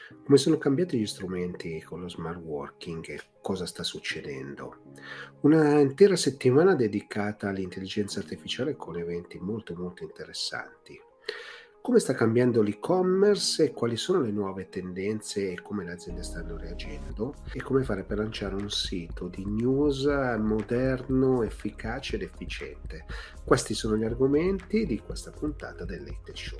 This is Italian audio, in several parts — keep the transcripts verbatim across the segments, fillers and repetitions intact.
Come sono cambiati gli strumenti con lo smart working e cosa sta succedendo? Una intera settimana dedicata all'intelligenza artificiale con eventi molto molto interessanti. Come sta cambiando l'e-commerce e quali sono le nuove tendenze e come le aziende stanno reagendo? E come fare per lanciare un sito di news moderno, efficace ed efficiente? Questi sono gli argomenti di questa puntata del Late Show.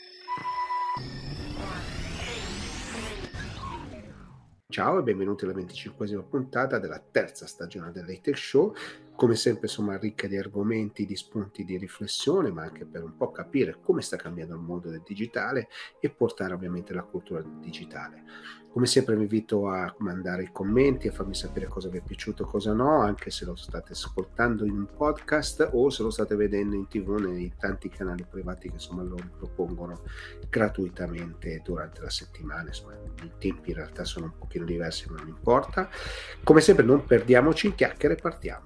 Ciao e benvenuti alla venticinquesima puntata della terza stagione del Late Show. Come sempre, insomma, ricca di argomenti, di spunti di riflessione, ma anche per un po' capire come sta cambiando il mondo del digitale e portare ovviamente la cultura digitale. Come sempre vi invito a mandare i commenti, a farmi sapere cosa vi è piaciuto e cosa no, anche se lo state ascoltando in un podcast o se lo state vedendo in tv nei tanti canali privati che insomma lo propongono gratuitamente durante la settimana. Insomma, i tempi in realtà sono un pochino diversi, ma non importa. Come sempre non perdiamoci in chiacchiere e partiamo.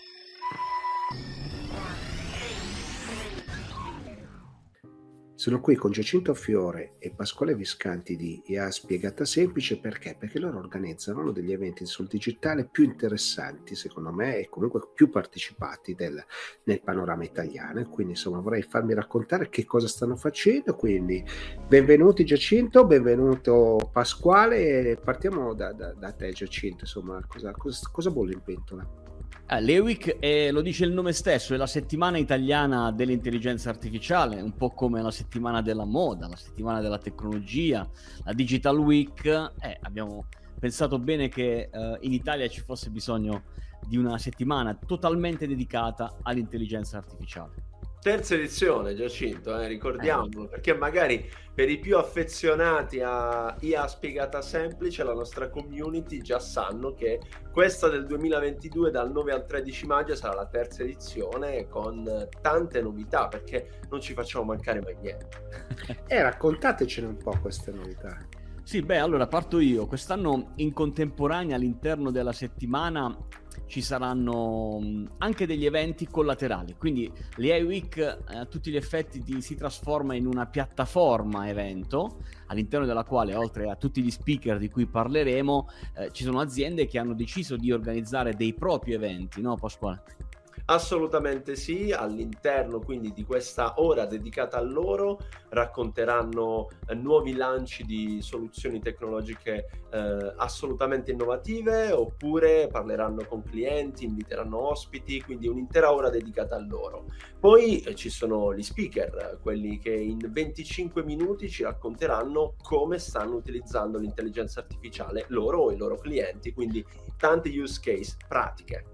Sono qui con Giacinto Fiore e Pasquale Viscanti di I A Spiegata Semplice. Perché? Perché loro organizzano degli eventi sul digitale più interessanti, secondo me, e comunque più partecipati del, nel panorama italiano. E quindi, insomma, vorrei farmi raccontare che cosa stanno facendo. Quindi, benvenuti Giacinto, benvenuto Pasquale. Partiamo da, da, da te, Giacinto. Insomma, cosa, cosa, cosa bolle in pentola? Ah, l'E U I C è, lo dice il nome stesso, è la settimana italiana dell'intelligenza artificiale, un po' come la settimana della moda, la settimana della tecnologia, la Digital Week. Eh, abbiamo pensato bene che eh, in Italia ci fosse bisogno di una settimana totalmente dedicata all'intelligenza artificiale. Terza edizione, Giacinto, eh, ricordiamolo, eh. perché magari per i più affezionati a I A Spiegata Semplice, la nostra community già sanno che questa del duemilaventidue, dal nove al tredici maggio, sarà la terza edizione con tante novità, perché non ci facciamo mancare mai niente. Eh, raccontatecene un po' queste novità. Sì, beh, allora parto io. Quest'anno in contemporanea all'interno della settimana ci saranno anche degli eventi collaterali, quindi l'A I Week eh, a tutti gli effetti di, si trasforma in una piattaforma evento all'interno della quale, oltre a tutti gli speaker di cui parleremo, eh, ci sono aziende che hanno deciso di organizzare dei propri eventi, no Pasquale? Assolutamente sì, all'interno quindi di questa ora dedicata a loro racconteranno eh, nuovi lanci di soluzioni tecnologiche eh, assolutamente innovative, oppure parleranno con clienti, inviteranno ospiti, quindi un'intera ora dedicata a loro. Poi eh, ci sono gli speaker, quelli che in venticinque minuti ci racconteranno come stanno utilizzando l'intelligenza artificiale loro o i loro clienti, quindi tanti use case pratiche.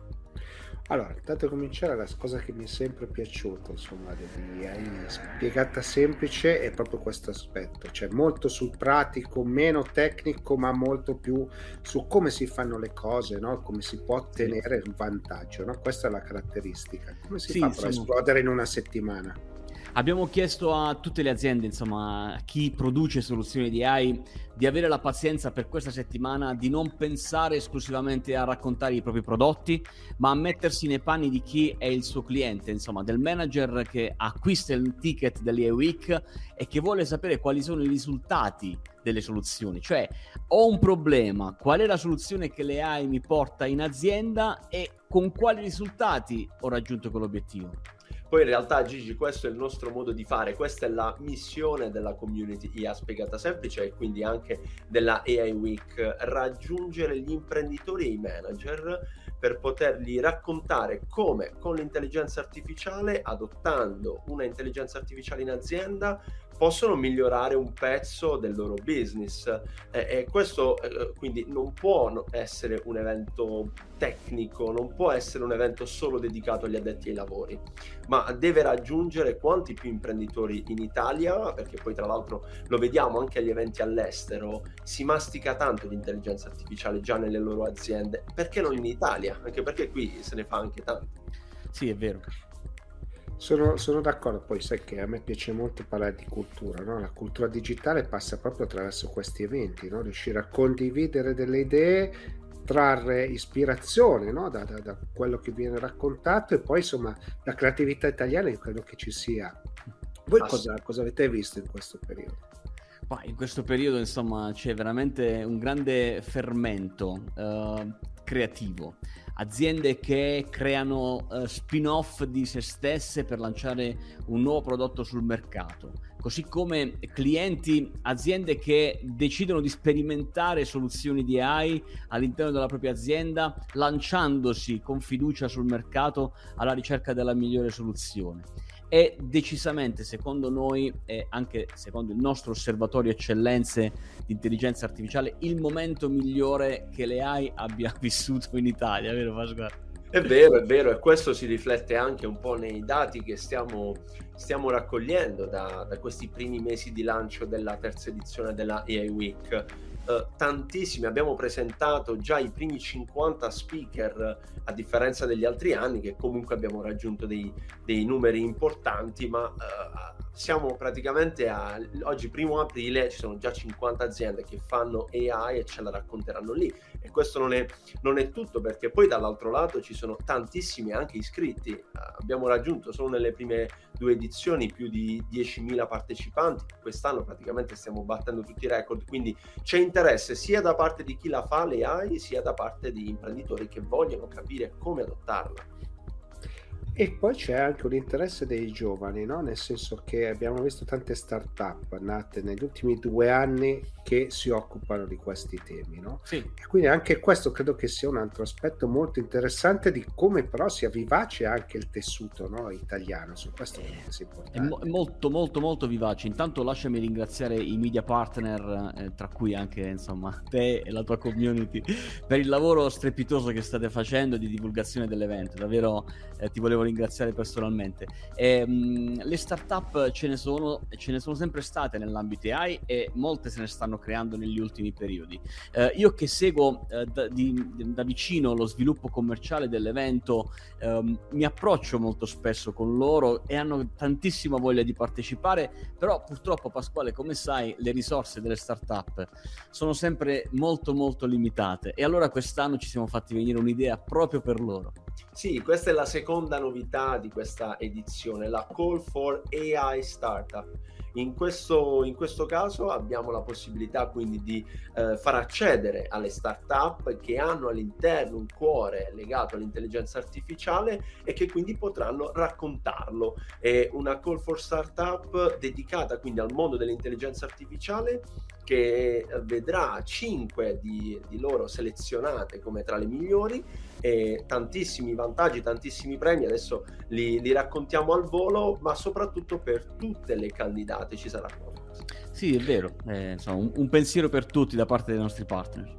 Allora, intanto cominciare, la cosa che mi è sempre piaciuta, insomma, di A I Spiegata Semplice è proprio questo aspetto, cioè molto sul pratico, meno tecnico, ma molto più su come si fanno le cose, no? Come si può ottenere un vantaggio, no? Questa è la caratteristica. Come si sì, fa per insomma, esplodere in una settimana? Abbiamo chiesto a tutte le aziende, insomma, a chi produce soluzioni di A I, di avere la pazienza per questa settimana di non pensare esclusivamente a raccontare i propri prodotti, ma a mettersi nei panni di chi è il suo cliente, insomma, del manager che acquista il ticket dell'E U I C e che vuole sapere quali sono i risultati delle soluzioni. Cioè, ho un problema, qual è la soluzione che l'A I mi porta in azienda e con quali risultati ho raggiunto quell'obiettivo. Poi in realtà, Gigi, questo è il nostro modo di fare, questa è la missione della community I A Spiegata Semplice e quindi anche della A I Week, raggiungere gli imprenditori e i manager per potergli raccontare come con l'intelligenza artificiale, adottando una intelligenza artificiale in azienda, possono migliorare un pezzo del loro business. E, e questo eh, quindi non può essere un evento tecnico, non può essere un evento solo dedicato agli addetti ai lavori, ma deve raggiungere quanti più imprenditori in Italia, perché poi tra l'altro lo vediamo anche agli eventi all'estero, si mastica tanto l'intelligenza artificiale già nelle loro aziende, perché non in Italia? Anche perché qui se ne fa anche tanto. Sì, è vero. Sono, sono d'accordo, poi sai che a me piace molto parlare di cultura, no? La cultura digitale passa proprio attraverso questi eventi, no? Riuscire a condividere delle idee, trarre ispirazione, no? da, da, da quello che viene raccontato, e poi insomma la creatività italiana in quello che ci sia. Voi cosa, cosa avete visto in questo periodo? Ma in questo periodo, insomma, c'è veramente un grande fermento uh, creativo. Aziende che creano uh, spin-off di se stesse per lanciare un nuovo prodotto sul mercato, così come clienti, aziende che decidono di sperimentare soluzioni di A I all'interno della propria azienda, lanciandosi con fiducia sul mercato alla ricerca della migliore soluzione. È decisamente, secondo noi e anche secondo il nostro osservatorio eccellenze di intelligenza artificiale, il momento migliore che l'A I abbia vissuto in Italia, vero Pasquale? È vero, è vero, e questo si riflette anche un po' nei dati che stiamo, stiamo raccogliendo da, da questi primi mesi di lancio della terza edizione della A I Week. Uh, tantissimi, abbiamo presentato già i primi cinquanta speaker, a differenza degli altri anni che comunque abbiamo raggiunto dei, dei numeri importanti, ma uh, siamo praticamente a oggi primo aprile, ci sono già cinquanta aziende che fanno A I e ce la racconteranno lì, e questo non è, non è tutto, perché poi dall'altro lato ci sono tantissimi anche iscritti. Uh, abbiamo raggiunto solo nelle prime due edizioni più di diecimila partecipanti, quest'anno praticamente stiamo battendo tutti i record, quindi c'è interesse sia da parte di chi la fa le A I sia da parte di imprenditori che vogliono capire come adottarla. E poi c'è anche un interesse dei giovani, no? Nel senso che abbiamo visto tante start-up nate negli ultimi due anni che si occupano di questi temi, no? Sì. E quindi anche questo credo che sia un altro aspetto molto interessante di come però sia vivace anche il tessuto, no, italiano. Su questo credo che sia importante. È mo- molto molto molto vivace. Intanto lasciami ringraziare i media partner, eh, tra cui anche insomma te e la tua community, per il lavoro strepitoso che state facendo di divulgazione dell'evento. Davvero eh, ti volevo ringraziare personalmente. E, mh, le startup ce ne sono, ce ne sono sempre state nell'ambito A I e molte se ne stanno creando negli ultimi periodi. Eh, io che seguo eh, da, di, da vicino lo sviluppo commerciale dell'evento, ehm, mi approccio molto spesso con loro e hanno tantissima voglia di partecipare, però purtroppo, Pasquale, come sai, le risorse delle startup sono sempre molto molto limitate, e allora quest'anno ci siamo fatti venire un'idea proprio per loro. Sì, questa è la seconda novità di questa edizione, la Call for A I Startup. In questo, in questo caso abbiamo la possibilità quindi di eh, far accedere alle startup che hanno all'interno un cuore legato all'intelligenza artificiale e che quindi potranno raccontarlo. È una Call for Startup dedicata quindi al mondo dell'intelligenza artificiale, che vedrà cinque di, di loro selezionate come tra le migliori, e tantissimi vantaggi, tantissimi premi, adesso li, li raccontiamo al volo, ma soprattutto per tutte le candidate ci sarà qualcosa. Sì, è vero, eh, insomma, un, un pensiero per tutti da parte dei nostri partner.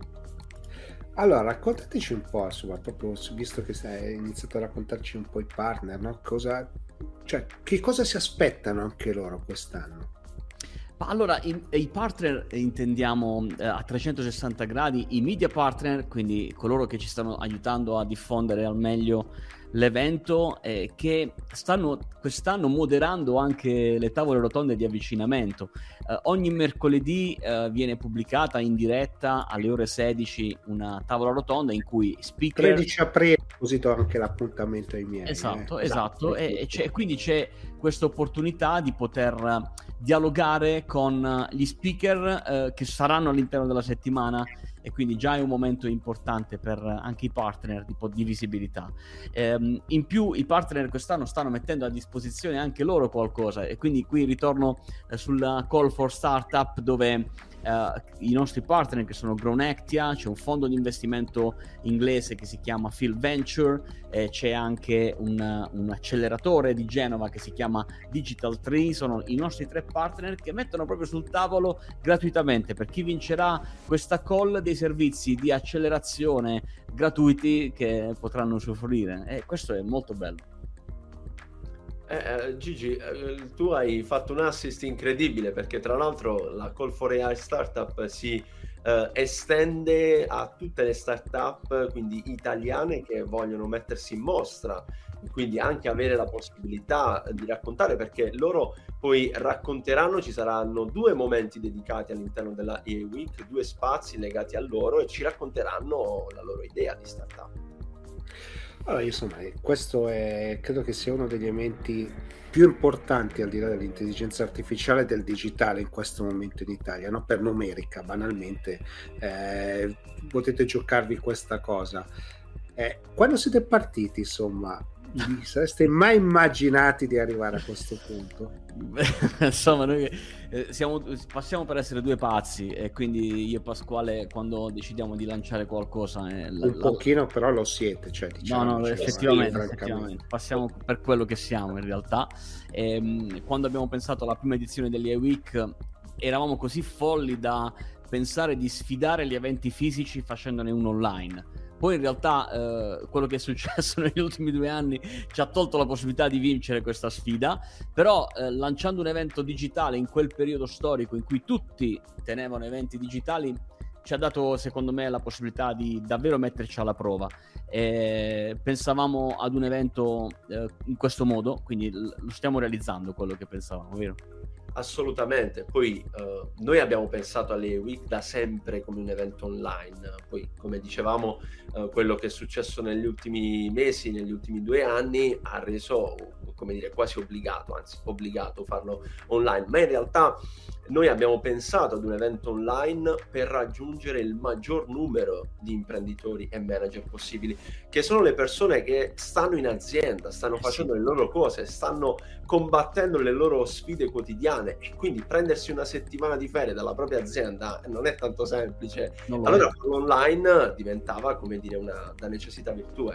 Allora, raccontateci un po', insomma, proprio visto che hai iniziato a raccontarci un po' i partner, no? Cosa, cioè, che cosa si aspettano anche loro quest'anno? Allora, i, i partner intendiamo eh, a trecentosessanta gradi, i media partner, quindi coloro che ci stanno aiutando a diffondere al meglio l'evento, eh, che stanno quest'anno moderando anche le tavole rotonde di avvicinamento. Eh, ogni mercoledì eh, viene pubblicata in diretta alle ore sedici una tavola rotonda in cui speaker... tredici aprile, così do anche l'appuntamento ai miei. Esatto, eh. esatto, e, e c'è, quindi c'è questa opportunità di poter dialogare con gli speaker eh, che saranno all'interno della settimana, e quindi già è un momento importante per anche i partner di, di visibilità. Ehm, in più i partner quest'anno stanno mettendo a disposizione anche loro qualcosa, e quindi qui ritorno eh, sulla Call for Startup, dove Uh, i nostri partner che sono Grown Actia, c'è un fondo di investimento inglese che si chiama Phil Venture, eh, c'è anche un, un acceleratore di Genova che si chiama Digital Tree. Sono i nostri tre partner che mettono proprio sul tavolo gratuitamente per chi vincerà questa call dei servizi di accelerazione gratuiti che potranno usufruire, e questo è molto bello. Eh, Gigi, eh, tu hai fatto un assist incredibile, perché tra l'altro la Call for A I Startup si eh, estende a tutte le startup, quindi italiane, che vogliono mettersi in mostra, quindi anche avere la possibilità di raccontare, perché loro poi racconteranno, ci saranno due momenti dedicati all'interno della A I Week, due spazi legati a loro, e ci racconteranno la loro idea di startup. Allora, insomma, questo è, credo che sia uno degli elementi più importanti al di là dell'intelligenza artificiale e del digitale in questo momento in Italia, no? Per numerica, banalmente, eh, potete giocarvi questa cosa. Eh, quando siete partiti, insomma, vi sareste mai immaginati di arrivare a questo punto? Insomma, noi eh, siamo, passiamo per essere due pazzi, e quindi io e Pasquale, quando decidiamo di lanciare qualcosa, eh, la, un la... pochino però lo siete, cioè, diciamo, no, no, cioè, effettivamente, sì, effettivamente passiamo per quello che siamo in realtà. E, quando abbiamo pensato alla prima edizione dell'E A Week, eravamo così folli da pensare di sfidare gli eventi fisici facendone uno online. Poi in realtà eh, quello che è successo negli ultimi due anni ci ha tolto la possibilità di vincere questa sfida, però eh, lanciando un evento digitale in quel periodo storico in cui tutti tenevano eventi digitali, ci ha dato, secondo me, la possibilità di davvero metterci alla prova. E pensavamo ad un evento eh, in questo modo, quindi l- lo stiamo realizzando quello che pensavamo, vero? Assolutamente, poi uh, noi abbiamo pensato all'E A Week da sempre come un evento online, poi come dicevamo uh, quello che è successo negli ultimi mesi, negli ultimi due anni ha reso, come dire, quasi obbligato, anzi obbligato farlo online, ma in realtà noi abbiamo pensato ad un evento online per raggiungere il maggior numero di imprenditori e manager possibili, che sono le persone che stanno in azienda, stanno facendo le loro cose, stanno combattendo le loro sfide quotidiane, e quindi prendersi una settimana di ferie dalla propria azienda non è tanto semplice. Allora online diventava, come dire, una da necessità virtù.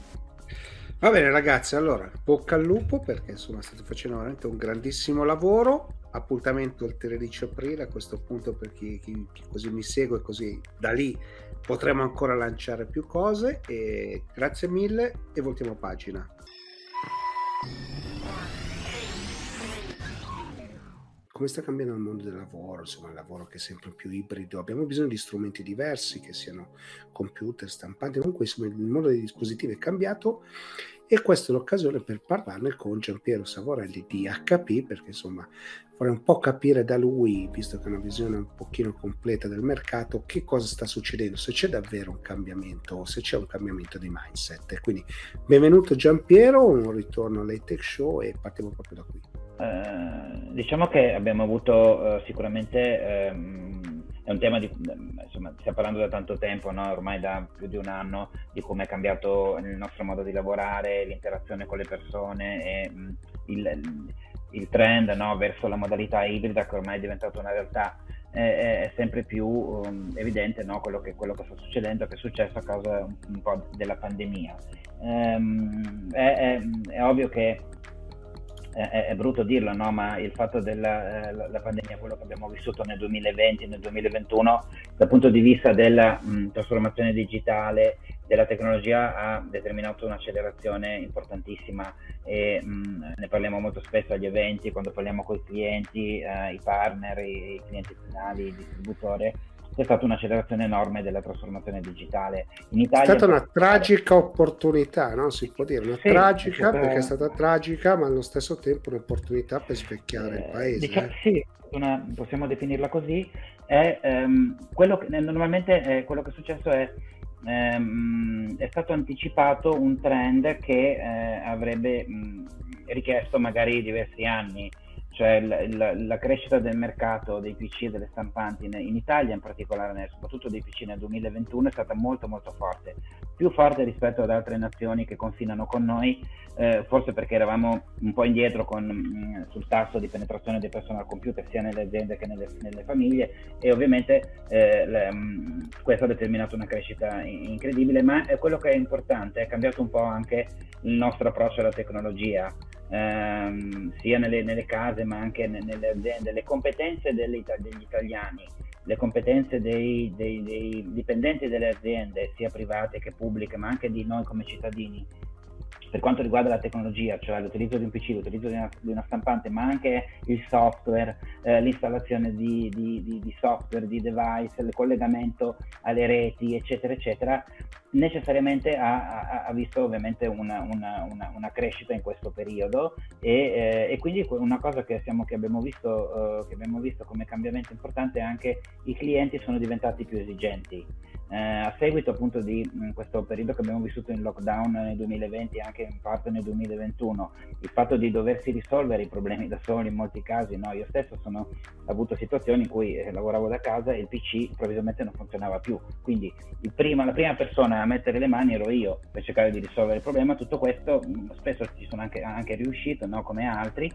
Va bene ragazzi, allora bocca al lupo, perché insomma state facendo veramente un grandissimo lavoro. Appuntamento il tredici aprile a questo punto, per chi, chi, chi così mi segue, così da lì potremo ancora lanciare più cose. E grazie mille e voltiamo pagina. Come sta cambiando il mondo del lavoro, insomma il lavoro che è sempre più ibrido, abbiamo bisogno di strumenti diversi, che siano computer, stampanti, comunque insomma il mondo dei dispositivi è cambiato, e questa è l'occasione per parlarne con Giampiero Savorelli di H P, perché insomma vorrei un po' capire da lui, visto che è una visione un pochino completa del mercato, che cosa sta succedendo, se c'è davvero un cambiamento o se c'è un cambiamento di mindset. Quindi benvenuto Giampiero, un ritorno all'E-Tech Show e partiamo proprio da qui. Uh, diciamo che abbiamo avuto uh, sicuramente um, è un tema di, insomma, stiamo parlando da tanto tempo, no? Ormai da più di un anno, di come è cambiato il nostro modo di lavorare, l'interazione con le persone e um, il, il trend, no? Verso la modalità ibrida, che ormai è diventata una realtà. È, è sempre più um, evidente, no? quello, che, quello che sta succedendo, che è successo a causa un, un po' della pandemia. Um, è, è, è ovvio che È, è brutto dirlo, no? Ma il fatto della eh, la pandemia, quello che abbiamo vissuto nel duemilaventi, nel duemilaventuno, dal punto di vista della mh, trasformazione digitale, della tecnologia, ha determinato un'accelerazione importantissima, e mh, ne parliamo molto spesso agli eventi, quando parliamo con i clienti, eh, i partner, i, i clienti finali, il distributore. C'è stata un'accelerazione enorme della trasformazione digitale in Italia. È stata una tragica opportunità, no? Si può dire una sì, tragica, stata... perché è stata tragica, ma allo stesso tempo un'opportunità per specchiare eh, il paese. Diciamo, eh. Sì, una, possiamo definirla così. È, um, quello che, normalmente eh, quello che è successo è um, è stato anticipato un trend che eh, avrebbe um, richiesto magari diversi anni. Cioè la, la crescita del mercato dei P C e delle stampanti in, in Italia, in particolare soprattutto dei P C nel duemilaventuno, è stata molto molto forte, più forte rispetto ad altre nazioni che confinano con noi, eh, forse perché eravamo un po' indietro con, mh, sul tasso di penetrazione dei personal computer sia nelle aziende che nelle, nelle famiglie, e ovviamente eh, le, mh, questo ha determinato una crescita incredibile. Ma è quello che è importante, è cambiato un po' anche il nostro approccio alla tecnologia. Ehm, sia nelle, nelle case ma anche nelle aziende, le competenze delle, degli italiani, le competenze dei, dei, dei dipendenti delle aziende sia private che pubbliche, ma anche di noi come cittadini, per quanto riguarda la tecnologia, cioè l'utilizzo di un P C, l'utilizzo di una, di una stampante, ma anche il software, eh, l'installazione di, di, di, di software, di device, il collegamento alle reti, eccetera, eccetera, necessariamente ha, ha, ha visto ovviamente una, una, una, una crescita in questo periodo, e, eh, e quindi una cosa che, siamo, che, abbiamo visto, uh, che abbiamo visto come cambiamento importante è anche i clienti sono diventati più esigenti. eh, a seguito appunto di mh, questo periodo che abbiamo vissuto in lockdown nel duemilaventi e anche in parte nel duemilaventuno, il fatto di doversi risolvere i problemi da soli in molti casi, no? Io stesso sono ho avuto situazioni in cui eh, lavoravo da casa e il P C improvvisamente non funzionava più, quindi il prima, la prima persona a mettere le mani ero io per cercare di risolvere il problema. Tutto questo mh, spesso ci sono anche, anche riuscito, no? Come altri,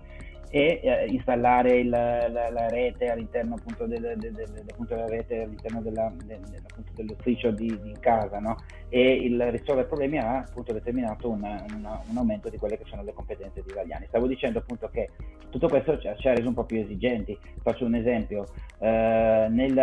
e eh, installare il, la, la rete all'interno appunto, del, del, del, appunto della rete all'interno della, del, appunto dell'ufficio di, di casa, no? E il risolvere problemi ha appunto determinato una, una, un aumento di quelle che sono le competenze di Valiani. Stavo dicendo appunto che tutto questo ci ha, ci ha reso un po' più esigenti. Faccio un esempio: eh,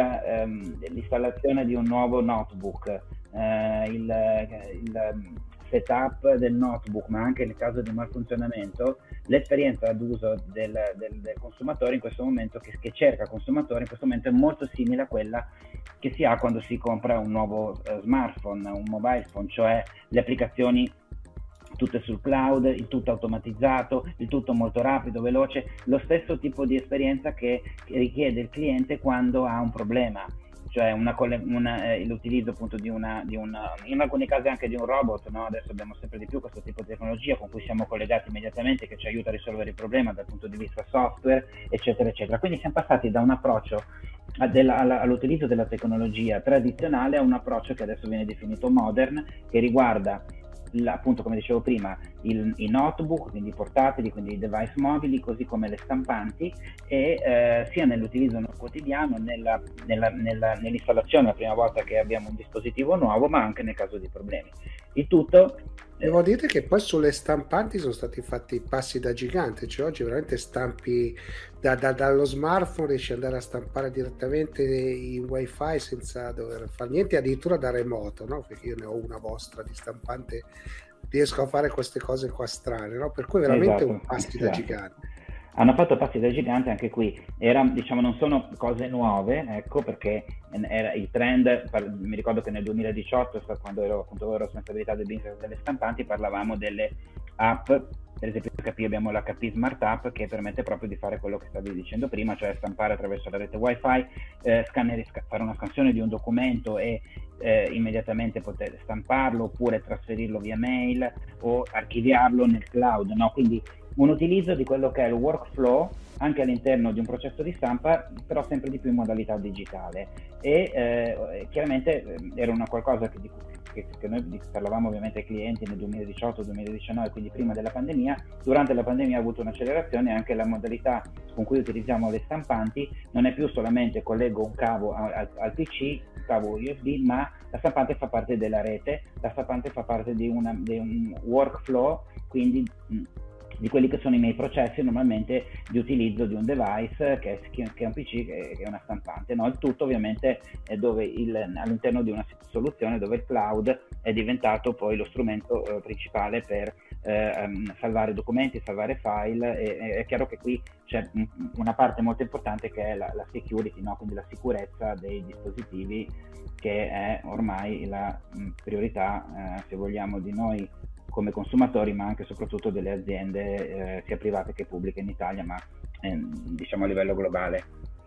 nell'installazione um, di un nuovo notebook, eh, il, il setup del notebook, ma anche nel caso di malfunzionamento, l'esperienza d'uso del, del, del consumatore in questo momento, che, che cerca consumatore in questo momento, è molto simile a quella che si ha quando si compra un nuovo uh, smartphone, un mobile phone, cioè le applicazioni tutte sul cloud, il tutto automatizzato, il tutto molto rapido, veloce, lo stesso tipo di esperienza che, che richiede il cliente quando ha un problema. Cioè una, una, eh, l'utilizzo appunto di una, di una, in alcuni casi anche di un robot, no? Adesso abbiamo sempre di più questo tipo di tecnologia con cui siamo collegati immediatamente, che ci aiuta a risolvere il problema dal punto di vista software, eccetera, eccetera. Quindi siamo passati da un approccio a della, all'utilizzo della tecnologia tradizionale a un approccio che adesso viene definito modern, che riguarda appunto, come dicevo prima, il, i notebook, quindi i portatili, quindi i device mobili, così come le stampanti, e eh, sia nell'utilizzo quotidiano, nella, nella, nella, nell'installazione la prima volta che abbiamo un dispositivo nuovo, ma anche nel caso di problemi. Il tutto... Devo dire che poi sulle stampanti sono stati fatti passi da gigante, cioè oggi veramente stampi da, da, dallo smartphone, riesci ad andare a stampare direttamente in wifi senza dover fare niente, addirittura da remoto, no? Perché io ne ho una vostra di stampante, riesco a fare queste cose qua strane, no? Per cui veramente esatto, un passi esatto. da gigante. Hanno fatto passi da gigante anche qui. Era, diciamo, non sono cose nuove, ecco, perché era il trend. Mi ricordo che nel duemiladiciotto, quando ero appunto ero responsabilità del business delle stampanti, parlavamo delle app. Per esempio H P, abbiamo l'H P Smart App, che permette proprio di fare quello che stavi dicendo prima, cioè stampare attraverso la rete wifi, eh, scannere, fare una scansione di un documento e eh, immediatamente poter stamparlo, oppure trasferirlo via mail o archiviarlo nel cloud, no? Quindi un utilizzo di quello che è il workflow anche all'interno di un processo di stampa, però sempre di più in modalità digitale. E eh, chiaramente eh, era una qualcosa che, di, che, che noi parlavamo ovviamente ai clienti nel duemiladiciotto duemiladiciannove, quindi prima della pandemia. Durante la pandemia ha avuto un'accelerazione anche la modalità con cui utilizziamo le stampanti. Non è più solamente collego un cavo al, al P C, cavo U S B, ma la stampante fa parte della rete, la stampante fa parte di, una, di un workflow, quindi mh, di quelli che sono i miei processi normalmente di utilizzo di un device che è, che è un P C, che è una stampante, no? Il tutto ovviamente è dove il, all'interno di una soluzione dove il cloud è diventato poi lo strumento eh, principale per eh, um, salvare documenti, salvare file, e, e è chiaro che qui c'è una parte molto importante che è la, la security, no? Quindi la sicurezza dei dispositivi, che è ormai la mh, priorità, eh, se vogliamo, di noi come consumatori, ma anche e soprattutto delle aziende eh, sia private che pubbliche in Italia, ma eh, diciamo a livello globale.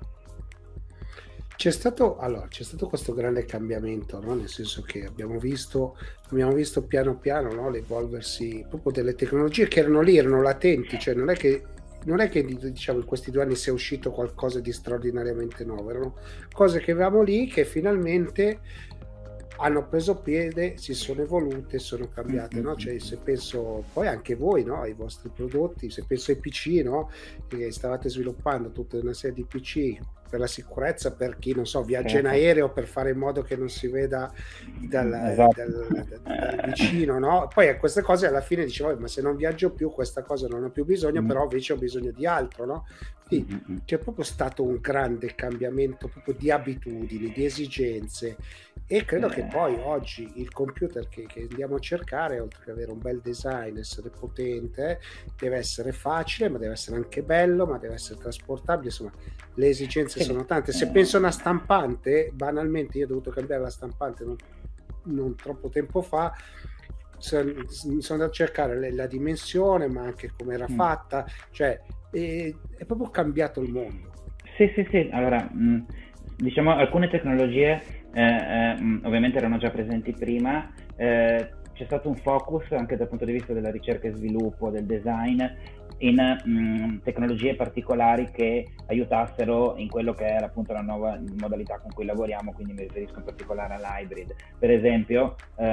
C'è stato, allora, c'è stato questo grande cambiamento, no? Nel senso che abbiamo visto, abbiamo visto piano piano, no? L'evolversi proprio delle tecnologie che erano lì, erano latenti, cioè non è che non è che diciamo in questi due anni sia uscito qualcosa di straordinariamente nuovo, erano cose che avevamo lì che finalmente hanno preso piede, si sono evolute, sono cambiate, no? Cioè, se penso poi anche voi, no? Ai vostri prodotti, se penso ai P C, no? Che stavate sviluppando tutta una serie di P C per la sicurezza, per chi non so viaggia in aereo, per fare in modo che non si veda dal, esatto. dal, dal, dal vicino, no? Poi a queste cose alla fine dicevo, ma se non viaggio più questa cosa non ho più bisogno, mm. però invece ho bisogno di altro, no? Quindi mm-hmm. c'è proprio stato un grande cambiamento proprio di abitudini, di esigenze, e credo eh. che poi oggi il computer che, che andiamo a cercare, oltre che avere un bel design, essere potente, deve essere facile, ma deve essere anche bello, ma deve essere trasportabile, insomma le esigenze sono tante. Se penso a una stampante, banalmente io ho dovuto cambiare la stampante non, non troppo tempo fa, sono, sono andato a cercare la dimensione, ma anche come era fatta, cioè è, è proprio cambiato il mondo. Sì, sì, sì. Allora, mh, diciamo alcune tecnologie eh, eh, ovviamente erano già presenti prima. Eh, c'è stato un focus anche dal punto di vista della ricerca e sviluppo, del design, in mh, tecnologie particolari che aiutassero in quello che era appunto la nuova modalità con cui lavoriamo, quindi mi riferisco in particolare all'hybrid. Per esempio,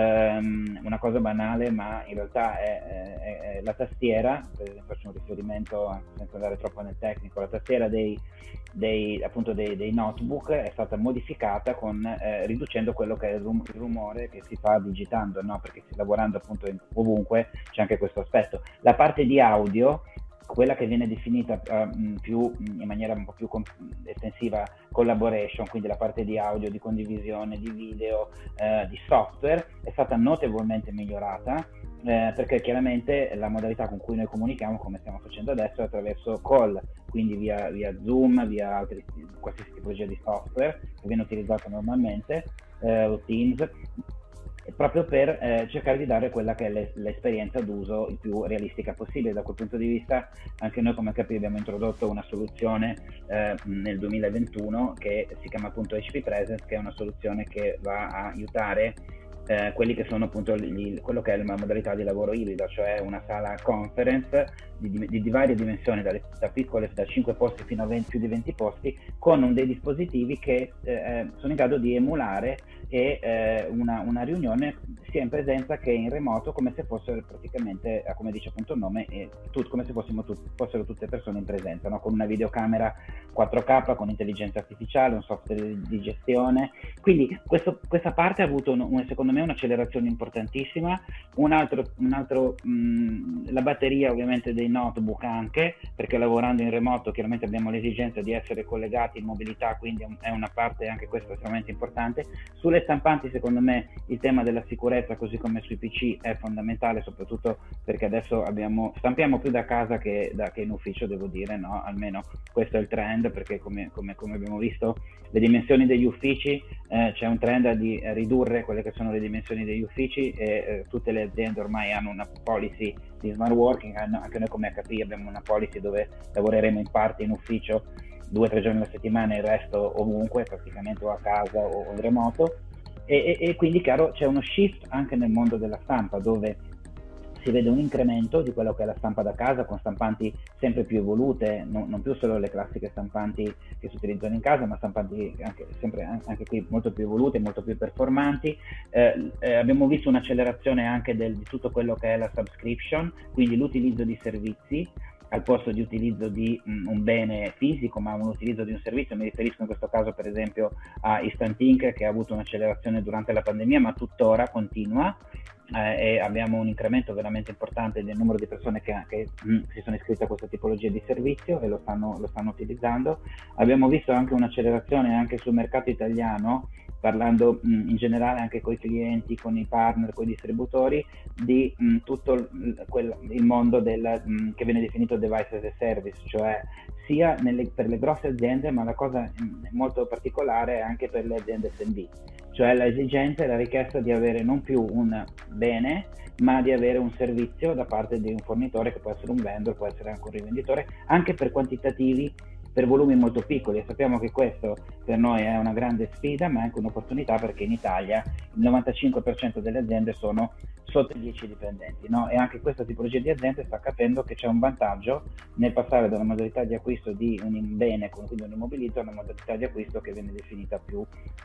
ehm, una cosa banale, ma in realtà è, è, è la tastiera, per esempio faccio un riferimento, senza andare troppo nel tecnico, la tastiera dei, dei, appunto dei, dei notebook è stata modificata con, eh, riducendo quello che è il, rum- il rumore che si fa digitando, no? Perché lavorando appunto in, ovunque c'è anche questo aspetto. La parte di audio, quella che viene definita uh, più in maniera un po' più comp- estensiva collaboration, quindi la parte di audio, di condivisione, di video, uh, di software, è stata notevolmente migliorata, uh, perché chiaramente la modalità con cui noi comunichiamo, come stiamo facendo adesso, è attraverso call, quindi via, via Zoom, via altri, qualsiasi tipologia di software che viene utilizzato normalmente, uh, Teams, proprio per eh, cercare di dare quella che è le, l'esperienza d'uso il più realistica possibile. Da quel punto di vista anche noi come H P abbiamo introdotto una soluzione eh, nel duemilaventuno che si chiama appunto H P Presence, che è una soluzione che va a aiutare eh, quelli che sono appunto gli, quello che è la modalità di lavoro ibrido, cioè una sala conference di, di, di varie dimensioni, dalle, da piccole, da cinque posti fino a venti, più di venti posti, con un dei dispositivi che eh, sono in grado di emulare e eh, una, una riunione sia in presenza che in remoto, come se fossero praticamente, come dice appunto il nome, eh, tut, come se fossimo tut, fossero tutte persone in presenza, no? Con una videocamera quattro K, con intelligenza artificiale, un software di gestione. Quindi questo, questa parte ha avuto un, un, secondo me un'accelerazione importantissima. Un altro, un altro mh, la batteria ovviamente dei notebook anche, perché lavorando in remoto chiaramente abbiamo l'esigenza di essere collegati in mobilità, quindi è una parte anche questa estremamente importante. Sulle stampanti secondo me il tema della sicurezza, così come sui P C, è fondamentale, soprattutto perché adesso abbiamo stampiamo più da casa che, da, che in ufficio, devo dire, no? Almeno questo è il trend, perché come, come, come abbiamo visto le dimensioni degli uffici, eh, c'è un trend di ridurre quelle che sono le dimensioni degli uffici e eh, tutte le aziende ormai hanno una policy di smart working, anche noi come H P abbiamo una policy dove lavoreremo in parte in ufficio due o tre giorni alla settimana e il resto ovunque, praticamente o a casa o in remoto. E, e, e quindi chiaro c'è uno shift anche nel mondo della stampa, dove si vede un incremento di quello che è la stampa da casa, con stampanti sempre più evolute, non, non più solo le classiche stampanti che si utilizzano in casa, ma stampanti anche, sempre, anche qui molto più evolute, molto più performanti. Eh, eh, abbiamo visto un'accelerazione anche del, di tutto quello che è la subscription, quindi l'utilizzo di servizi al posto di utilizzo di mh, un bene fisico, ma un utilizzo di un servizio. Mi riferisco in questo caso per esempio a Instant Ink, che ha avuto un'accelerazione durante la pandemia ma tuttora continua, eh, e abbiamo un incremento veramente importante del numero di persone che, che mh, si sono iscritte a questa tipologia di servizio e lo stanno, lo stanno utilizzando. Abbiamo visto anche un'accelerazione anche sul mercato italiano, parlando mh, in generale anche con i clienti, con i partner, con i distributori, di mh, tutto il, quel, il mondo del, mh, che viene definito device as a service, cioè sia nelle, per le grosse aziende, ma la cosa mh, molto particolare è anche per le aziende S M B, cioè l'esigenza e la richiesta di avere non più un bene, ma di avere un servizio da parte di un fornitore, che può essere un vendor, può essere anche un rivenditore, anche per quantitativi, per volumi molto piccoli. E sappiamo che questo per noi è una grande sfida, ma è anche un'opportunità, perché in Italia il novantacinque per cento delle aziende sono sotto i dieci dipendenti, no? E anche questa tipologia di aziende sta capendo che c'è un vantaggio nel passare da una modalità di acquisto di un bene, quindi un immobilizzo, a una modalità di acquisto che viene definita più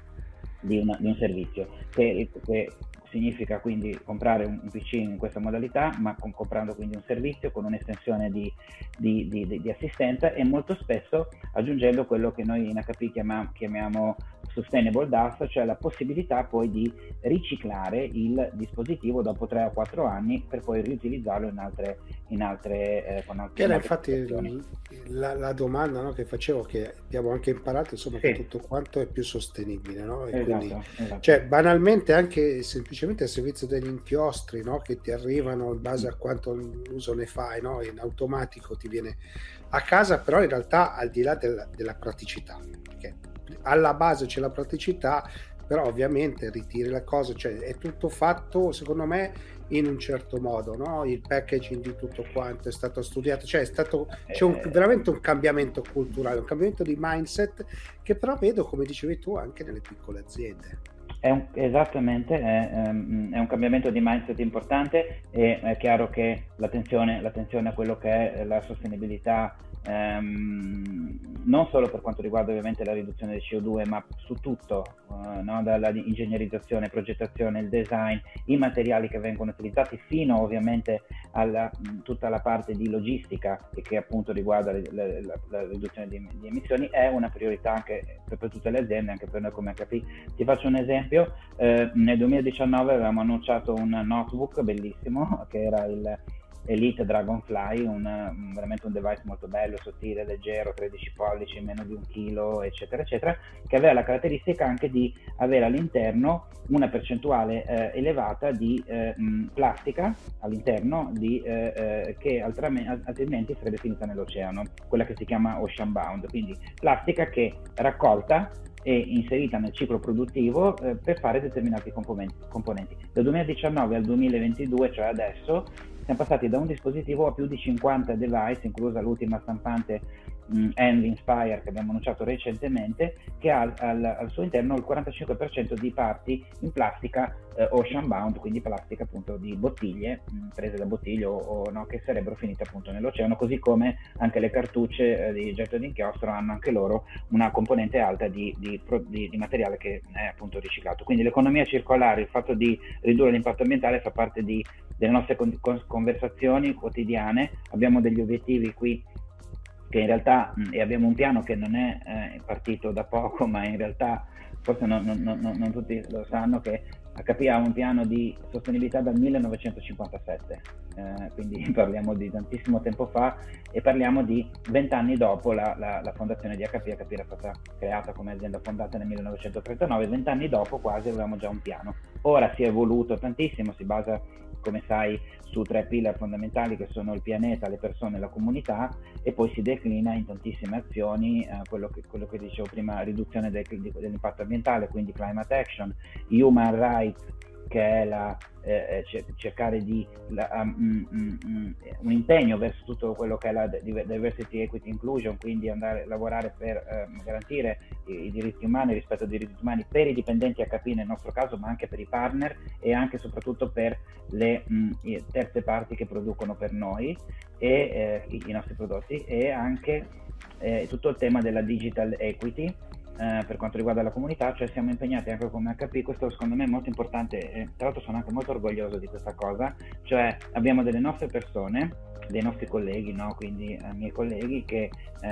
di, una, di un servizio, che, che significa quindi comprare un P C in questa modalità, ma con, comprando quindi un servizio con un'estensione di, di, di, di assistenza, e molto spesso aggiungendo quello che noi in H P chiamiamo, chiamiamo sustainable D A S, cioè la possibilità poi di riciclare il dispositivo dopo tre o quattro anni per poi riutilizzarlo in altre, in altre, eh, con altre, che era in altre infatti la, la domanda, no, che facevo, che abbiamo anche imparato, insomma, sì, che tutto quanto è più sostenibile, no? E esatto, quindi, esatto. Cioè banalmente anche semplicemente il servizio degli inchiostri, no, che ti arrivano in base a quanto uso ne fai, no? In automatico ti viene a casa, però in realtà al di là della, della praticità, perché alla base c'è la praticità, però ovviamente ritiri la cosa, cioè è tutto fatto secondo me in un certo modo, no? Il packaging di tutto quanto è stato studiato, cioè è stato, c'è un, veramente un cambiamento culturale, un cambiamento di mindset che però vedo, come dicevi tu, anche nelle piccole aziende. È un, esattamente, è, um, è un cambiamento di mindset importante, e è chiaro che l'attenzione, l'attenzione a quello che è la sostenibilità, um, non solo per quanto riguarda ovviamente la riduzione del C O due, ma su tutto, uh, no? Dalla ingegnerizzazione, progettazione, il design, i materiali che vengono utilizzati, fino ovviamente alla tutta la parte di logistica e che appunto riguarda la, la, la riduzione di, di emissioni, è una priorità anche per, per tutte le aziende, anche per noi come H P. Ti faccio un esempio. Eh, nel duemiladiciannove avevamo annunciato un notebook bellissimo che era il Elite Dragonfly, un, un, veramente un device molto bello, sottile, leggero, tredici pollici, meno di un chilo, eccetera, eccetera, che aveva la caratteristica anche di avere all'interno una percentuale eh, elevata di eh, mh, plastica all'interno di, eh, eh, che altramente, altrimenti sarebbe finita nell'oceano, quella che si chiama ocean bound, quindi plastica che raccolta e inserita nel ciclo produttivo eh, per fare determinati componenti, componenti. Dal duemiladiciannove al duemilaventidue, cioè adesso, siamo passati da un dispositivo a più di cinquanta device, inclusa l'ultima stampante mh, Hand Inspire che abbiamo annunciato recentemente, che ha al, al suo interno il quarantacinque per cento di parti in plastica eh, ocean bound, quindi plastica appunto di bottiglie, mh, prese da bottiglie o, o no, che sarebbero finite appunto nell'oceano, così come anche le cartucce eh, di getto d'inchiostro hanno anche loro una componente alta di, di, di, di materiale che è appunto riciclato. Quindi l'economia circolare, il fatto di ridurre l'impatto ambientale fa parte di delle nostre con- con- conversazioni quotidiane. Abbiamo degli obiettivi qui che in realtà, mh, e abbiamo un piano che non è eh, partito da poco, ma in realtà forse non, non, non, non tutti lo sanno, che H P ha un piano di sostenibilità dal millenovecentocinquantasette, eh, quindi parliamo di tantissimo tempo fa e parliamo di vent'anni dopo la, la, la fondazione di H P. H P era stata creata come azienda fondata nel millenovecentotrentanove, vent'anni dopo quasi avevamo già un piano. Ora si è evoluto tantissimo, si basa, come sai, su tre pillar fondamentali che sono il pianeta, le persone e la comunità, e poi si declina in tantissime azioni, eh, quello, che, quello che dicevo prima, riduzione del, dell'impatto ambientale, quindi climate action, human rights, che è la, eh, cercare di la, um, um, um, un impegno verso tutto quello che è la diversity, equity, inclusion, quindi andare a lavorare per um, garantire i, i diritti umani, rispetto ai diritti umani per i dipendenti H P nel nostro caso, ma anche per i partner e anche e soprattutto per le um, terze parti che producono per noi e eh, i, i nostri prodotti, e anche eh, tutto il tema della digital equity. Eh, per quanto riguarda la comunità, cioè siamo impegnati anche come H P, questo secondo me è molto importante, e tra l'altro sono anche molto orgoglioso di questa cosa, cioè abbiamo delle nostre persone, dei nostri colleghi, no? Quindi eh, miei colleghi che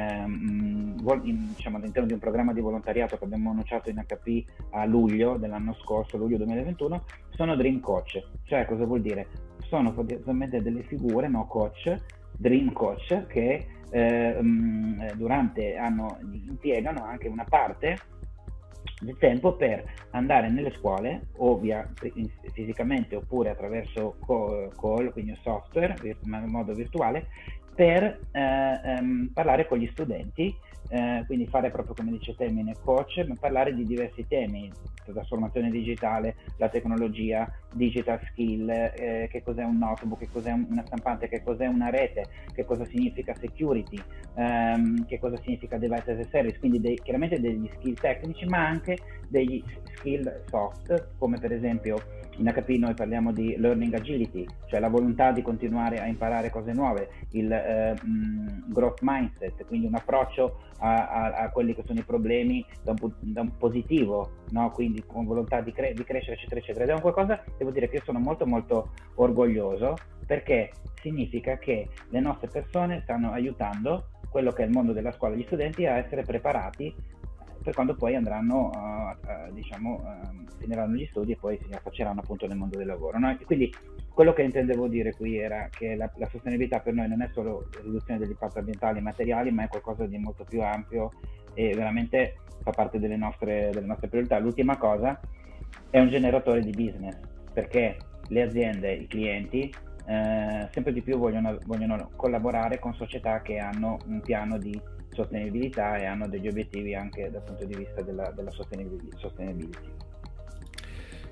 ehm, vol- in, diciamo, all'interno di un programma di volontariato che abbiamo annunciato in H P a luglio dell'anno scorso, luglio duemilaventuno, sono Dream Coach. Cioè cosa vuol dire? Sono fondamentalmente delle figure, no, coach, Dream Coach, che Eh, durante hanno impiegano anche una parte del tempo per andare nelle scuole, o via fisicamente oppure attraverso call, quindi software in modo virtuale, per eh, ehm, parlare con gli studenti, eh, quindi fare proprio, come dice il termine, coach, ma parlare di diversi temi: trasformazione digitale, la tecnologia, digital skill, eh, che cos'è un notebook, che cos'è un, una stampante, che cos'è una rete, che cosa significa security, ehm, che cosa significa device as a service, quindi dei, chiaramente degli skill tecnici, ma anche degli skill soft, come per esempio in H P noi parliamo di learning agility, cioè la volontà di continuare a imparare cose nuove, il eh, mh, growth mindset, quindi un approccio a, a, a quelli che sono i problemi da un, da un positivo, no? Quindi con volontà di, cre- di crescere, eccetera, eccetera. Ed è un qualcosa, devo dire, che io sono molto molto orgoglioso, perché significa che le nostre persone stanno aiutando quello che è il mondo della scuola, gli studenti, a essere preparati per quando poi andranno, uh, uh, diciamo, uh, finiranno gli studi e poi si affacceranno appunto nel mondo del lavoro, no? Quindi quello che intendevo dire qui era che la, la sostenibilità per noi non è solo la riduzione degli impatti ambientali e materiali, ma è qualcosa di molto più ampio e veramente fa parte delle nostre, delle nostre priorità. L'ultima cosa, è un generatore di business, perché le aziende, i clienti, eh, sempre di più vogliono, vogliono collaborare con società che hanno un piano di sostenibilità e hanno degli obiettivi anche dal punto di vista della, della sustainability.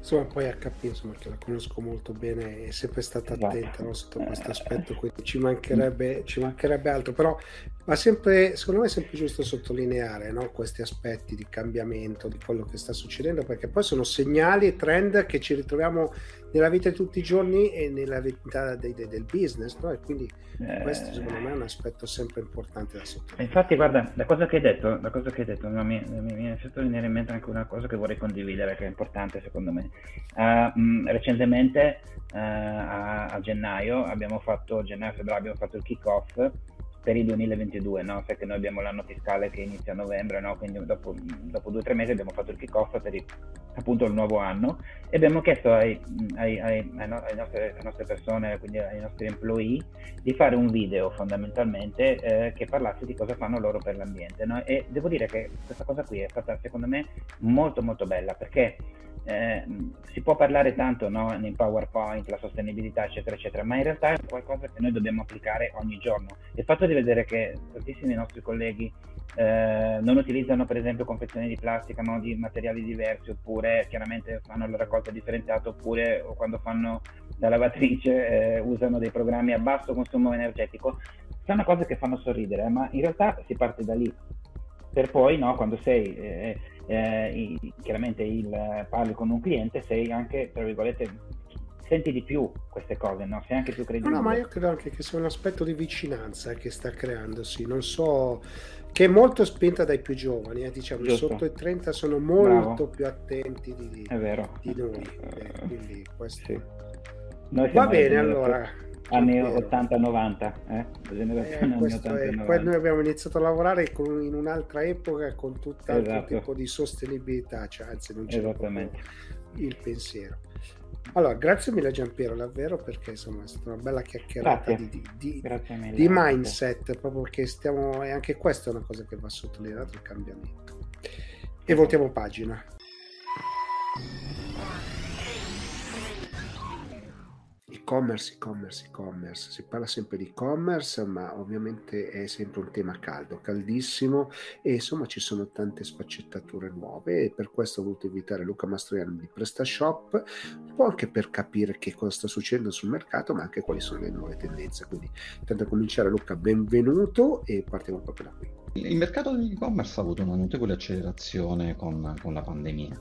Insomma, poi H P, insomma, che la conosco molto bene, è sempre stata attenta, Esatto. no, sotto questo Eh, aspetto, quindi ci mancherebbe, ci mancherebbe altro, però ma sempre, secondo me è sempre giusto sottolineare, no, questi aspetti di cambiamento, di quello che sta succedendo, perché poi sono segnali e trend che ci ritroviamo nella vita di tutti i giorni e nella vita dei, dei, del business, no? E quindi questo secondo me è un aspetto sempre importante da sottolineare. Infatti, guarda, la cosa che hai detto, la cosa che hai detto no, mi, mi, mi è fatto venire in mente anche una cosa che vorrei condividere, che è importante secondo me. Uh, mh, recentemente, uh, a, a gennaio, abbiamo fatto, gennaio-febbraio, abbiamo fatto il kick-off per il duemilaventidue, no? Sai che noi abbiamo l'anno fiscale che inizia a novembre, no? Quindi dopo, dopo due o tre mesi abbiamo fatto il kick-off per il, appunto il nuovo anno e abbiamo chiesto ai, ai, ai, ai, no, ai nostre, alle nostre persone, quindi ai nostri employee, di fare un video fondamentalmente eh, che parlasse di cosa fanno loro per l'ambiente, no? E devo dire che questa cosa qui è stata secondo me molto molto bella, perché Eh, si può parlare tanto, no, in PowerPoint, la sostenibilità eccetera eccetera, ma in realtà è qualcosa che noi dobbiamo applicare ogni giorno. Il fatto di vedere che tantissimi nostri colleghi eh, non utilizzano per esempio confezioni di plastica ma di materiali diversi, oppure chiaramente fanno la raccolta differenziata, oppure o quando fanno la lavatrice eh, usano dei programmi a basso consumo energetico, sono cose che fanno sorridere, ma in realtà si parte da lì per poi, no, quando sei eh, eh, chiaramente il, parli con un cliente, sei anche, tra virgolette, senti di più queste cose, no? Sei anche più credibile. No, no, ma io credo anche che sia un aspetto di vicinanza che sta creandosi, non so, che è molto spinta dai più giovani, eh, diciamo, Giusto. sotto i trenta sono molto Bravo. più attenti di, È vero. di noi, eh, quindi questo... Sì. Noi Va siamo bene, generazione- allora... anni Giampiero. ottanta novanta, eh? Eh, Generazione anni questo ottanta è, e poi novanta. noi abbiamo iniziato a lavorare con- in un'altra epoca con tutt'altro Esatto. tipo di sostenibilità, cioè, anzi non c'era Esattamente. proprio il pensiero. Allora, grazie mille Giampiero, davvero, perché insomma è stata una bella chiacchierata Grazie. di, di, di, Grazie mille. di mindset, proprio perché stiamo, e anche questa è una cosa che va sottolineata, il cambiamento. E voltiamo pagina. E-commerce, e-commerce, e-commerce, si parla sempre di e-commerce, ma ovviamente è sempre un tema caldo, caldissimo, e insomma ci sono tante sfaccettature nuove, e per questo ho voluto invitare Luca Mastroianni di PrestaShop, un po' anche per capire che cosa sta succedendo sul mercato, ma anche quali sono le nuove tendenze. Quindi tanto a cominciare, Luca, benvenuto, e partiamo proprio da qui. Il mercato dell'e-commerce ha avuto una notevole accelerazione con, con la pandemia.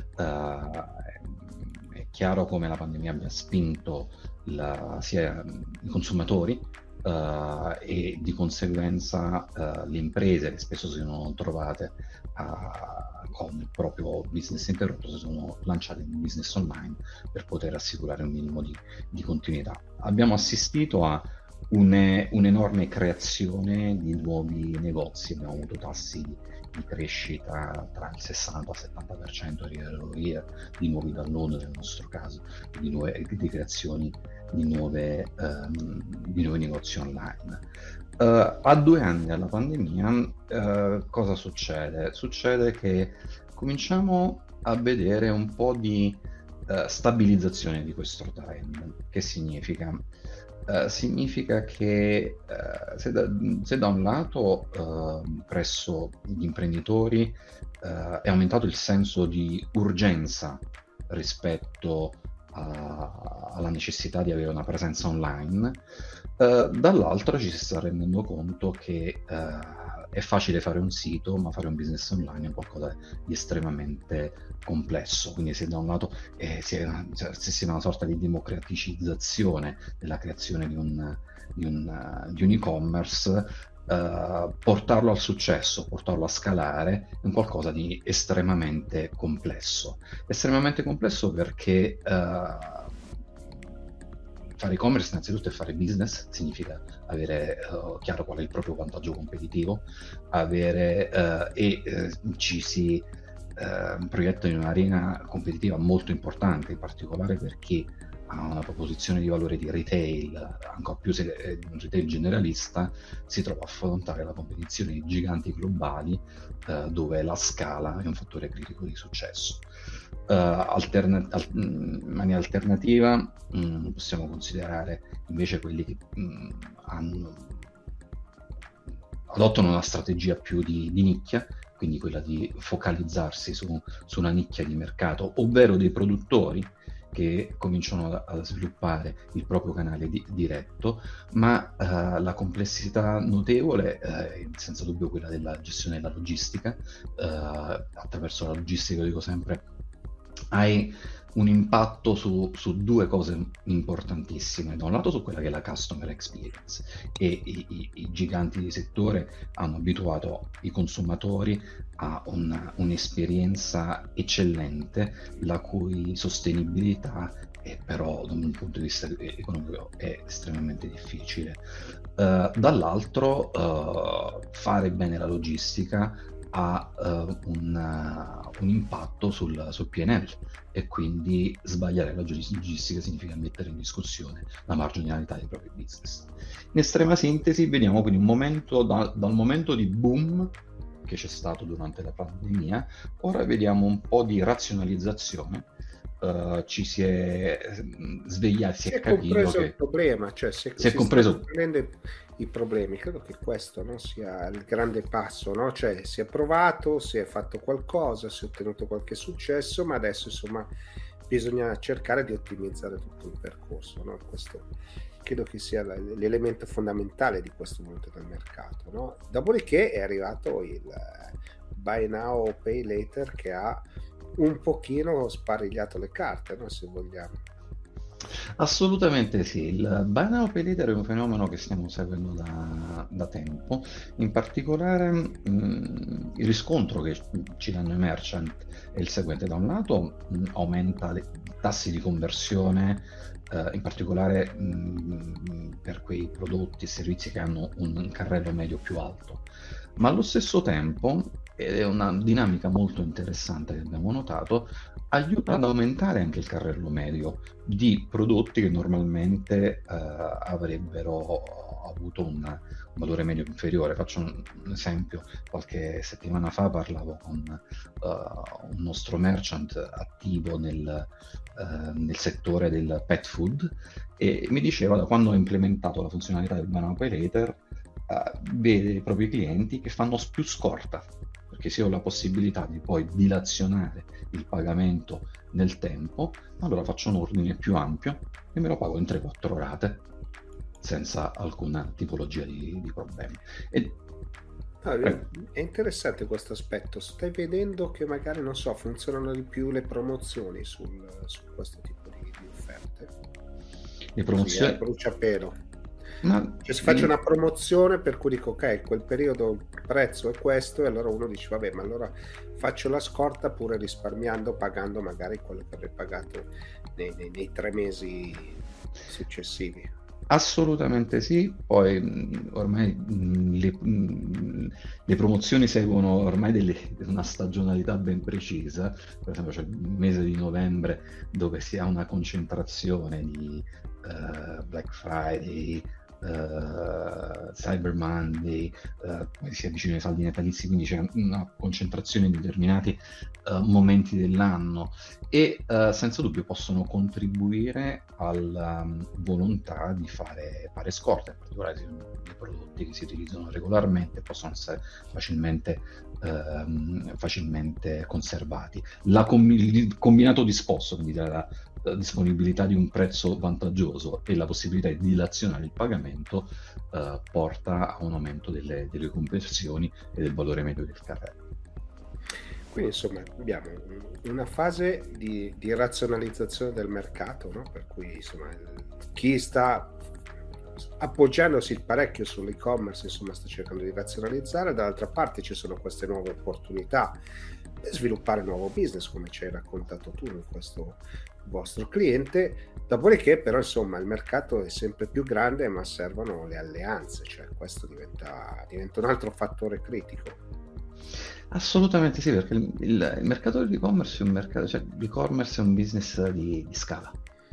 Uh, è chiaro come la pandemia abbia spinto la, sia i consumatori uh, e di conseguenza uh, le imprese che spesso si sono trovate uh, con il proprio business interrotto si sono lanciate in business online per poter assicurare un minimo di, di continuità. Abbiamo assistito a Un, un'enorme creazione di nuovi negozi, abbiamo avuto tassi di, di crescita tra il sessanta e il settanta per cento di, di nuovi download nel nostro caso, di, nuove, di creazioni di, nuove, um, di nuovi negozi online. Uh, a due anni dalla pandemia uh, cosa succede? Succede che cominciamo a vedere un po' di uh, stabilizzazione di questo trend. Che significa? Uh, significa che uh, se, da, se da un lato uh, presso gli imprenditori uh, è aumentato il senso di urgenza rispetto a, alla necessità di avere una presenza online, uh, dall'altro ci si sta rendendo conto che uh, è facile fare un sito, ma fare un business online è qualcosa di estremamente complesso. Quindi se da un lato eh, si è una, cioè, se si è una sorta di democraticizzazione della creazione di un, di un, uh, di un e-commerce, uh, portarlo al successo, portarlo a scalare è un qualcosa di estremamente complesso. Estremamente complesso perché uh, fare e-commerce innanzitutto è fare business, significa avere uh, chiaro qual è il proprio vantaggio competitivo, avere uh, e uh, ci si uh, proietta in un'arena competitiva molto importante, in particolare perché ha una proposizione di valore di retail, ancora più se è un retail generalista, si trova a affrontare la competizione di giganti globali uh, dove la scala è un fattore critico di successo. Uh, alterna- al- in maniera alternativa mh, possiamo considerare invece quelli che mh, hanno, adottano una strategia più di, di nicchia, quindi quella di focalizzarsi su, su una nicchia di mercato, ovvero dei produttori che cominciano a, a sviluppare il proprio canale di, diretto, ma uh, la complessità notevole è uh, senza dubbio quella della gestione della logistica. Uh, attraverso la logistica, io dico sempre, hai un impatto su, su due cose importantissime. Da un lato su quella che è la customer experience, e i, i, i giganti di settore hanno abituato i consumatori a una, un'esperienza eccellente, la cui sostenibilità è però da un punto di vista economico è estremamente difficile. Uh, dall'altro uh, fare bene la logistica ha uh, un, uh, un impatto sul, sul P and L, e quindi sbagliare la logistica significa mettere in discussione la marginalità dei propri business. In estrema sintesi, vediamo quindi un momento da, dal momento di boom che c'è stato durante la pandemia, ora vediamo un po' di razionalizzazione. Uh, ci si è svegliati, si, si è, è compreso che... il problema, cioè si è, si è si compreso i problemi. Credo che questo, no, sia il grande passo, no? Cioè si è provato, si è fatto qualcosa, si è ottenuto qualche successo, ma adesso insomma bisogna cercare di ottimizzare tutto il percorso, no? Questo credo che sia l'elemento fondamentale di questo momento del mercato, no? Dopodiché è arrivato il buy now pay later, che ha un pochino sparigliato le carte, no? Se vogliamo. Assolutamente sì, il buy now pay later è un fenomeno che stiamo seguendo da, da tempo. In particolare mh, il riscontro che ci danno i merchant è il seguente: da un lato mh, aumenta i tassi di conversione, eh, in particolare mh, per quei prodotti e servizi che hanno un, un carrello medio più alto, ma allo stesso tempo, ed è una dinamica molto interessante che abbiamo notato, aiuta ad aumentare anche il carrello medio di prodotti che normalmente eh, avrebbero avuto un, un valore medio inferiore. Faccio un, un esempio: qualche settimana fa parlavo con uh, un nostro merchant attivo nel, uh, nel settore del pet food, e mi diceva, da quando ho implementato la funzionalità del Buy Now Pay Later, uh, vede i propri clienti che fanno più scorta, perché se ho la possibilità di poi dilazionare il pagamento nel tempo, allora faccio un ordine più ampio e me lo pago in tre quattro rate senza alcuna tipologia di, di problemi. E... Ah, è interessante questo aspetto. Stai vedendo che magari, non so, funzionano di più le promozioni sul, su questo tipo di, di offerte? Le promozioni? Così, eh, bruciapelo. Ma... Cioè, si faccia una promozione per cui dico ok, quel periodo il prezzo è questo, e allora uno dice vabbè, ma allora faccio la scorta pure risparmiando, pagando magari quello che avrei pagato nei, nei, nei tre mesi successivi. Assolutamente sì. Poi ormai le, le promozioni seguono ormai delle, una stagionalità ben precisa. Per esempio c'è il mese di novembre dove si ha una concentrazione di uh, Black Friday, Uh, Cyber Monday, uh, poi si avvicinano i saldi natalizi, quindi c'è una concentrazione in determinati uh, momenti dell'anno, e uh, senza dubbio possono contribuire alla um, volontà di fare, fare scorte, in particolare se i prodotti che si utilizzano regolarmente possono essere facilmente, uh, facilmente conservati. La com- il combinato disposto, quindi dalla disponibilità di un prezzo vantaggioso e la possibilità di dilazionare il pagamento, eh, porta a un aumento delle, delle conversioni e del valore medio del carrello. Quindi insomma abbiamo una fase di, di razionalizzazione del mercato, no? Per cui insomma chi sta appoggiandosi parecchio sull'e-commerce insomma sta cercando di razionalizzare, dall'altra parte ci sono queste nuove opportunità per sviluppare nuovo business, come ci hai raccontato tu in questo vostro cliente. Dopodiché però insomma il mercato è sempre più grande, ma servono le alleanze, cioè questo diventa, diventa un altro fattore critico. Assolutamente sì, perché il, il, il mercato dell'e-commerce è un mercato, cioè l'e-commerce è un business di, di scala,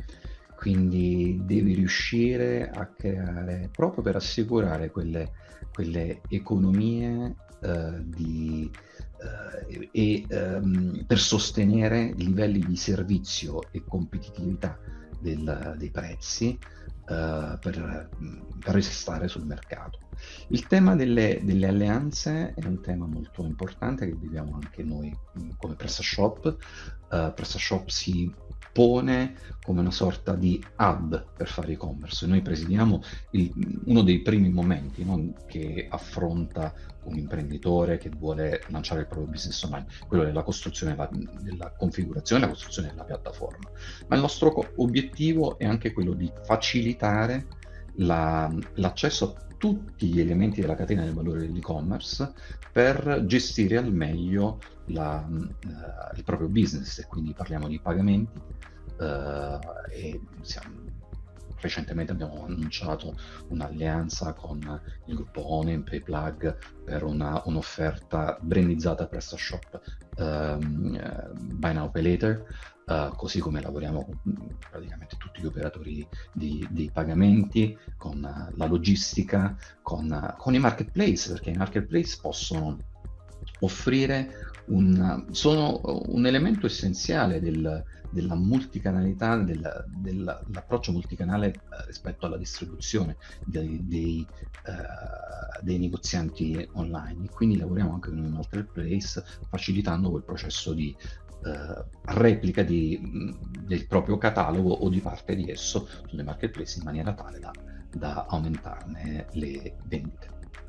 quindi devi riuscire a creare, proprio per assicurare quelle, quelle economie uh, di Uh, e um, per sostenere livelli di servizio e competitività del, dei prezzi uh, per, per restare sul mercato. Il tema delle, delle alleanze è un tema molto importante che viviamo anche noi come PrestaShop. Uh, PrestaShop si pone come una sorta di hub per fare e-commerce. Noi presidiamo il, uno dei primi momenti, no, che affronta un imprenditore che vuole lanciare il proprio business online, quello della costruzione, della, della configurazione e la costruzione della piattaforma. Ma il nostro co- obiettivo è anche quello di facilitare la, l'accesso a tutti gli elementi della catena del valore dell'e-commerce per gestire al meglio la, uh, il proprio business, e quindi parliamo di pagamenti uh, e siamo, recentemente abbiamo annunciato un'alleanza con il gruppo Onem, PayPlug, per una, un'offerta brandizzata PrestaShop um, uh, Buy Now Pay Later, uh, così come lavoriamo con praticamente tutti gli operatori di, di pagamenti, con uh, la logistica, con, uh, con i marketplace, perché i marketplace possono offrire un, sono un elemento essenziale del, della multicanalità, del, dell'approccio multicanale rispetto alla distribuzione dei, dei, uh, dei negozianti online. Quindi lavoriamo anche con i marketplace, facilitando quel processo di uh, replica di, del proprio catalogo o di parte di esso sui marketplace, in maniera tale da, da aumentarne le vendite.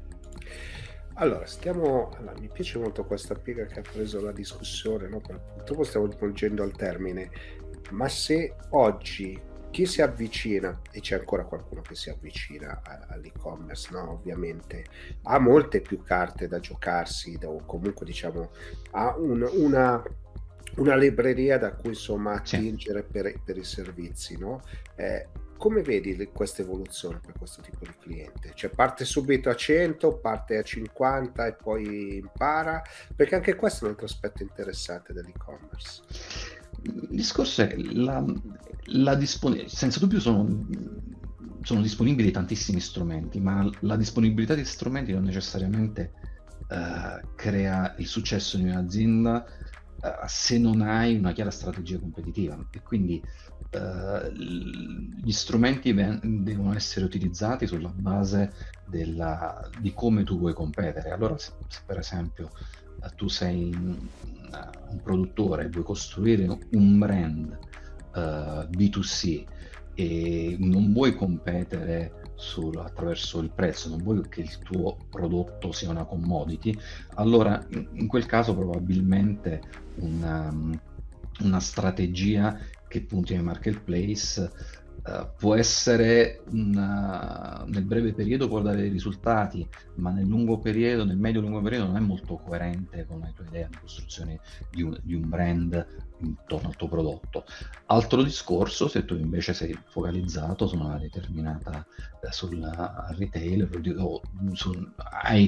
Allora, stiamo, allora, mi piace molto questa piega che ha preso la discussione, no? Purtroppo stiamo giungendo al termine, ma se oggi chi si avvicina, e c'è ancora qualcuno che si avvicina a, all'e-commerce, no? Ovviamente ha molte più carte da giocarsi, da, o comunque diciamo ha un, una, una libreria da cui insomma attingere sì. per, per i servizi, no? Eh, Come vedi questa evoluzione per questo tipo di cliente? Cioè parte subito a cento, parte a cinquanta e poi impara? Perché anche questo è un altro aspetto interessante dell'e-commerce. Il discorso è che la, la dispon- senza dubbio sono, sono disponibili tantissimi strumenti, ma la disponibilità di strumenti non necessariamente uh, crea il successo di un'azienda uh, se non hai una chiara strategia competitiva. E quindi Uh, gli strumenti ven- devono essere utilizzati sulla base della, di come tu vuoi competere. Allora se, se per esempio uh, tu sei un, uh, un produttore e vuoi costruire un brand uh, B due C e non vuoi competere sul, attraverso il prezzo, non vuoi che il tuo prodotto sia una commodity, allora in, in quel caso probabilmente una, una strategia che punti nei marketplace uh, può essere una, nel breve periodo può dare dei risultati, ma nel lungo periodo, nel medio-lungo periodo non è molto coerente con la tua idea di costruzione di un, di un brand intorno al tuo prodotto. Altro discorso se tu invece sei focalizzato su una determinata eh, sul retail o su, hai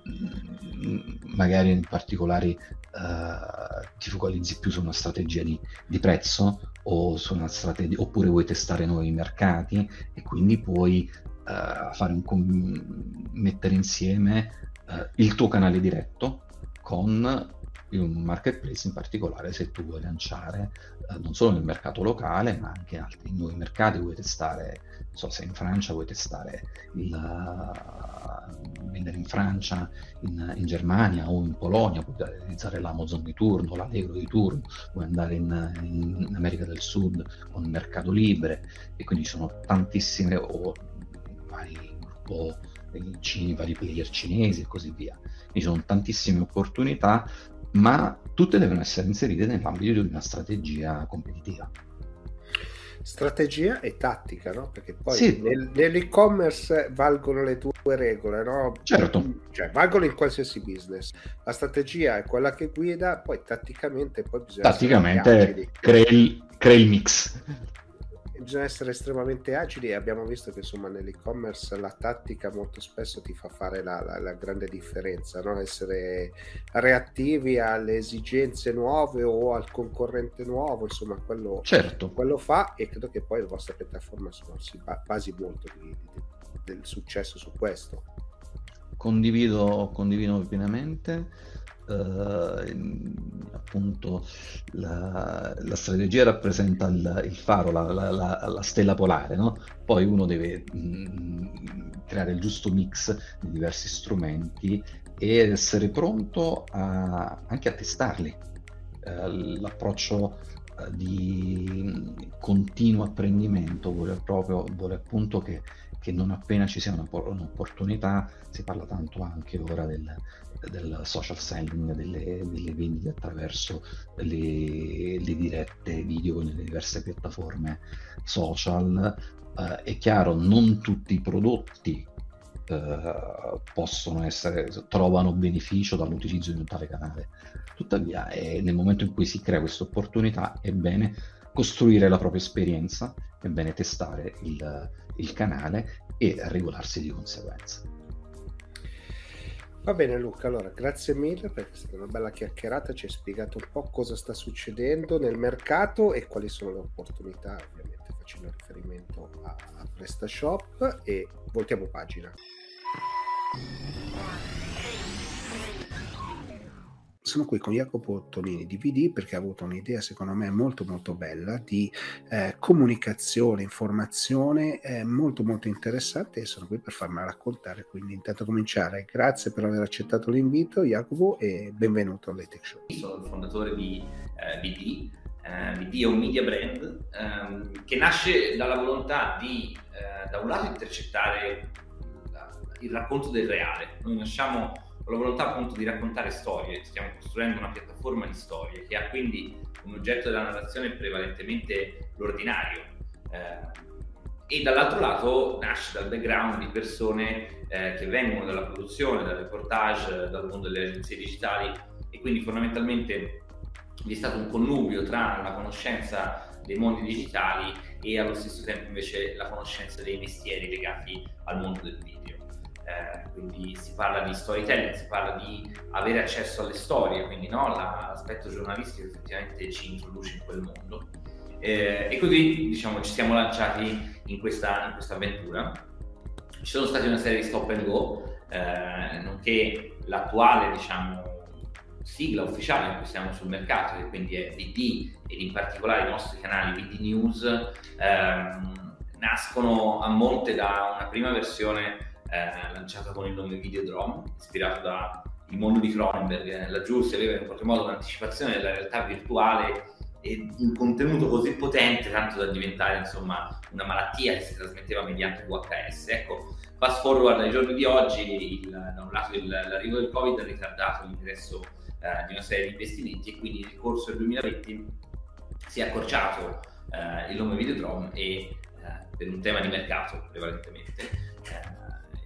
magari in particolari uh, ti focalizzi più su una strategia di, di prezzo o su una strategia, oppure vuoi testare nuovi mercati e quindi puoi uh, fare un, mettere insieme uh, il tuo canale diretto con un marketplace, in particolare se tu vuoi lanciare uh, non solo nel mercato locale ma anche altri nuovi mercati, vuoi testare, non so, se in Francia vuoi testare il uh, vendere in Francia, in, in Germania o in Polonia, puoi utilizzare l'Amazon di turno, l'Allegro di turno, puoi andare in, in America del Sud con il Mercado Libre, e quindi ci sono tantissime o vari gruppo i vari player cinesi e così via. Quindi ci sono tantissime opportunità, ma tutte devono essere inserite nell'ambito di una strategia competitiva. Strategia e tattica, no? Perché poi sì. nel, nell'e-commerce valgono le tue regole, no? Certo. Cioè valgono in qualsiasi business. La strategia è quella che guida, poi tatticamente poi bisogna tatticamente crea il, crea il mix. Bisogna essere estremamente agili, e abbiamo visto che insomma nell'e-commerce la tattica molto spesso ti fa fare la, la, la grande differenza, no? Essere reattivi alle esigenze nuove o al concorrente nuovo, insomma quello, certo. quello fa, e credo che poi la vostra piattaforma insomma, si basi molto di, di, del successo su questo. condivido, condivido pienamente. Uh, appunto la, la strategia rappresenta il, il faro, la, la, la, la stella polare, no? Poi uno deve mh, creare il giusto mix di diversi strumenti ed essere pronto a, anche a testarli. Uh, l'approccio uh, di continuo apprendimento vuole proprio vuole appunto che, che non appena ci sia una, un'opportunità, si parla tanto anche ora del del social selling, delle, delle vendite attraverso le, le dirette video nelle diverse piattaforme social. Uh, è chiaro, non tutti i prodotti uh, possono essere, trovano beneficio dall'utilizzo di un tale canale. Tuttavia, è, nel momento in cui si crea questa opportunità, è bene costruire la propria esperienza, è bene testare il, il canale e regolarsi di conseguenza. Va bene Luca, allora grazie mille perché è stata una bella chiacchierata, ci hai spiegato un po' cosa sta succedendo nel mercato e quali sono le opportunità, ovviamente facendo riferimento a, a PrestaShop, e voltiamo pagina. Sono qui con Jacopo Tonini di V D perché ha avuto un'idea secondo me molto molto bella di eh, comunicazione, informazione eh, molto molto interessante, e sono qui per farmela raccontare, quindi intanto cominciare. Grazie per aver accettato l'invito Jacopo e benvenuto all'E-Tech Show. Sono il fondatore di eh, V D. Uh, V D è un media brand um, che nasce dalla volontà di uh, da un lato intercettare la, il racconto del reale. Noi nasciamo con la volontà appunto di raccontare storie, stiamo costruendo una piattaforma di storie che ha quindi un oggetto della narrazione prevalentemente l'ordinario, eh, e dall'altro lato nasce dal background di persone eh, che vengono dalla produzione, dal reportage, dal mondo delle agenzie digitali, e quindi fondamentalmente vi è stato un connubio tra la conoscenza dei mondi digitali e allo stesso tempo invece la conoscenza dei mestieri legati al mondo del video. Eh, quindi si parla di storytelling, si parla di avere accesso alle storie, quindi no, la, l'aspetto giornalistico effettivamente ci introduce in quel mondo, eh, e così diciamo ci siamo lanciati in questa, in questa avventura. Ci sono stati una serie di stop and go, eh, nonché l'attuale diciamo sigla ufficiale in cui siamo sul mercato, che quindi è V D, ed in particolare i nostri canali V D News, ehm, nascono a monte da una prima versione Eh, lanciata con il nome Videodrome, ispirato dal mondo di Cronenberg. Laggiù si aveva in qualche modo un'anticipazione della realtà virtuale e un contenuto così potente tanto da diventare insomma una malattia che si trasmetteva mediante V H S. Ecco, fast forward ai giorni di oggi, il, da un lato il, l'arrivo del Covid ha ritardato l'ingresso eh, di una serie di investimenti, e quindi nel corso del duemilaventi si è accorciato eh, il nome Videodrome, e eh, per un tema di mercato prevalentemente, eh,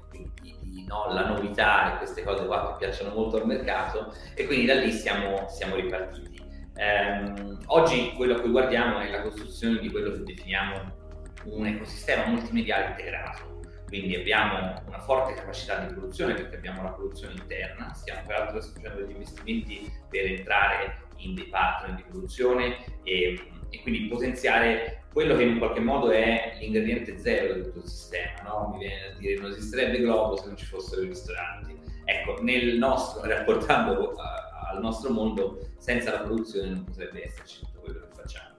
no, la novità e queste cose qua che piacciono molto al mercato, e quindi da lì siamo, siamo ripartiti. Ehm, oggi quello a cui guardiamo è la costruzione di quello che definiamo un ecosistema multimediale integrato, quindi abbiamo una forte capacità di produzione perché abbiamo la produzione interna, stiamo peraltro facendo degli investimenti per entrare in dei partner di produzione e, e quindi potenziare quello che in qualche modo è l'ingrediente zero di tutto il sistema, no? Mi viene da dire, non esisterebbe Globo se non ci fossero i ristoranti. Ecco, nel nostro, rapportando a, al nostro mondo, senza la produzione non potrebbe esserci tutto quello che facciamo.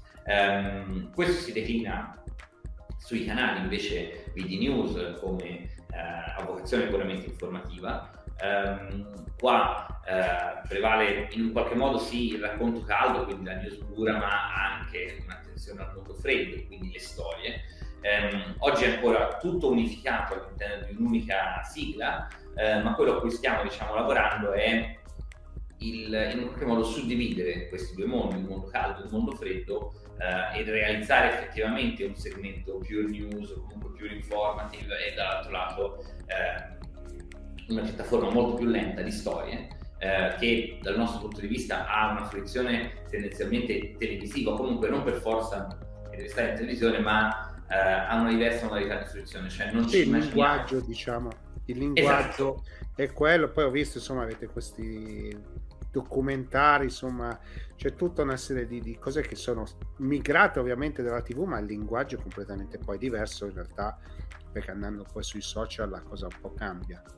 Um, questo si declina sui canali invece V D News come eh, a vocazione puramente informativa. Um, qua eh, prevale in un qualche modo sì il racconto caldo, quindi la news pura, ma anche un'attenzione al mondo freddo, quindi le storie. Um, oggi è ancora tutto unificato all'interno di un'unica sigla, eh, ma quello a cui stiamo diciamo lavorando è il, in un qualche modo suddividere questi due mondi, il mondo caldo e il mondo freddo, eh, ed realizzare effettivamente un segmento pure news o comunque pure informative, e dall'altro lato eh, una piattaforma molto più lenta di storie, eh, che dal nostro punto di vista ha una fruizione tendenzialmente televisiva, comunque non per forza che deve stare in televisione, ma eh, ha una diversa modalità di fruizione, cioè non sì, ci il immaginiamo... linguaggio diciamo il linguaggio esatto. È quello. Poi ho visto insomma avete questi documentari, insomma c'è tutta una serie di, di cose che sono migrate ovviamente dalla tivù, ma il linguaggio è completamente poi diverso in realtà, perché andando poi sui social la cosa un po' cambia.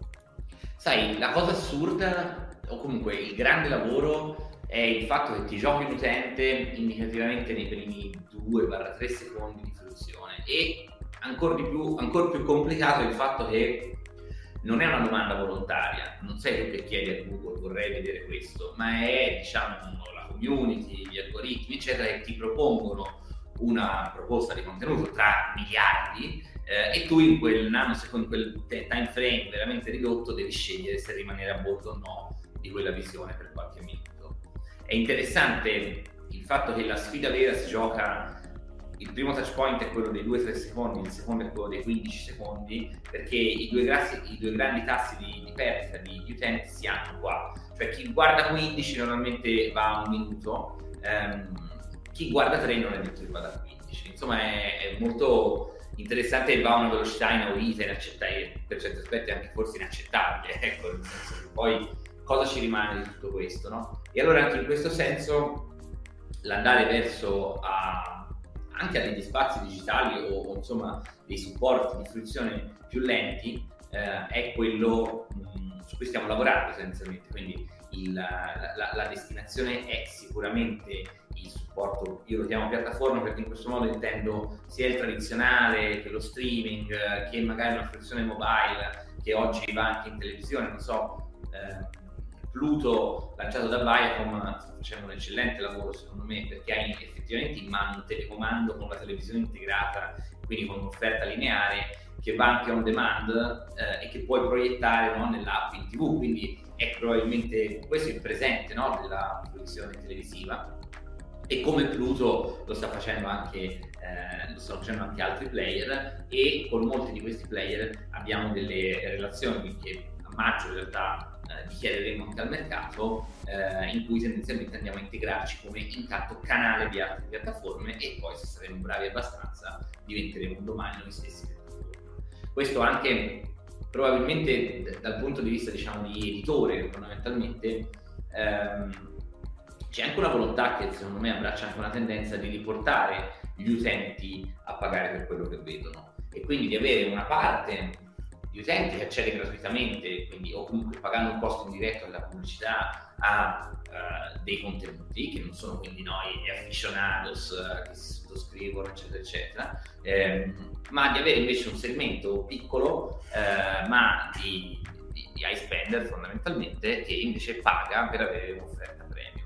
Sai, la cosa assurda, o comunque il grande lavoro, è il fatto che ti giochi un utente indicativamente nei primi due tre secondi di fruizione, e ancora di più, ancora più complicato è il fatto che non è una domanda volontaria, non sei tu che chiedi a Google vorrei vedere questo, ma è, diciamo, la community, gli algoritmi eccetera che ti propongono una proposta di contenuto tra miliardi, eh, e tu in quel nanosecondo, in quel time frame veramente ridotto devi scegliere se rimanere a bordo o no di quella visione per qualche minuto. È interessante il fatto che la sfida vera si gioca, il primo touch point è quello dei due tre secondi, il secondo è quello dei quindici secondi, perché i due, grassi, i due grandi tassi di, di perdita di, di utenti si hanno qua, cioè chi guarda quindici normalmente va a un minuto, ehm, chi guarda tre non è detto che vada a quindici, insomma è, è molto interessante e va a una velocità inaudita, inaccettabile, per certi aspetti anche forse inaccettabile, ecco, nel senso che poi cosa ci rimane di tutto questo, no? E allora anche in questo senso l'andare verso a, anche a degli spazi digitali o, o insomma dei supporti di fruizione più lenti eh, è quello mh, su cui stiamo lavorando essenzialmente, quindi il, la, la, la destinazione è sicuramente il supporto, io lo chiamo piattaforma perché in questo modo intendo sia il tradizionale che lo streaming, che magari una fruizione mobile che oggi va anche in televisione, non so, eh, Pluto lanciato da Viacom sta facendo un eccellente lavoro secondo me, perché hai effettivamente in mano un telecomando con la televisione integrata, quindi con un'offerta lineare che va anche on demand eh, e che puoi proiettare, no, nell'app in tv, quindi è probabilmente questo il presente, no, della produzione televisiva, e come Pluto lo sta facendo anche eh, lo stanno facendo anche altri player, e con molti di questi player abbiamo delle relazioni che a maggio in realtà eh, dichiareremo anche al mercato, eh, in cui tendenzialmente andiamo a integrarci come intanto canale di altre piattaforme, e poi se saremo bravi abbastanza diventeremo domani noi stessi piattaforma. Questo anche probabilmente d- dal punto di vista, diciamo, di editore fondamentalmente, ehm, c'è anche una volontà che secondo me abbraccia anche una tendenza di riportare gli utenti a pagare per quello che vedono, e quindi di avere una parte di utenti che accede gratuitamente, quindi o comunque pagando un costo indiretto della pubblicità a uh, dei contenuti che non sono quindi noi aficionados uh, che si sottoscrivono eccetera eccetera, eh, ma di avere invece un segmento piccolo uh, ma di, di, di high spender fondamentalmente, che invece paga per avere un'offerta premium.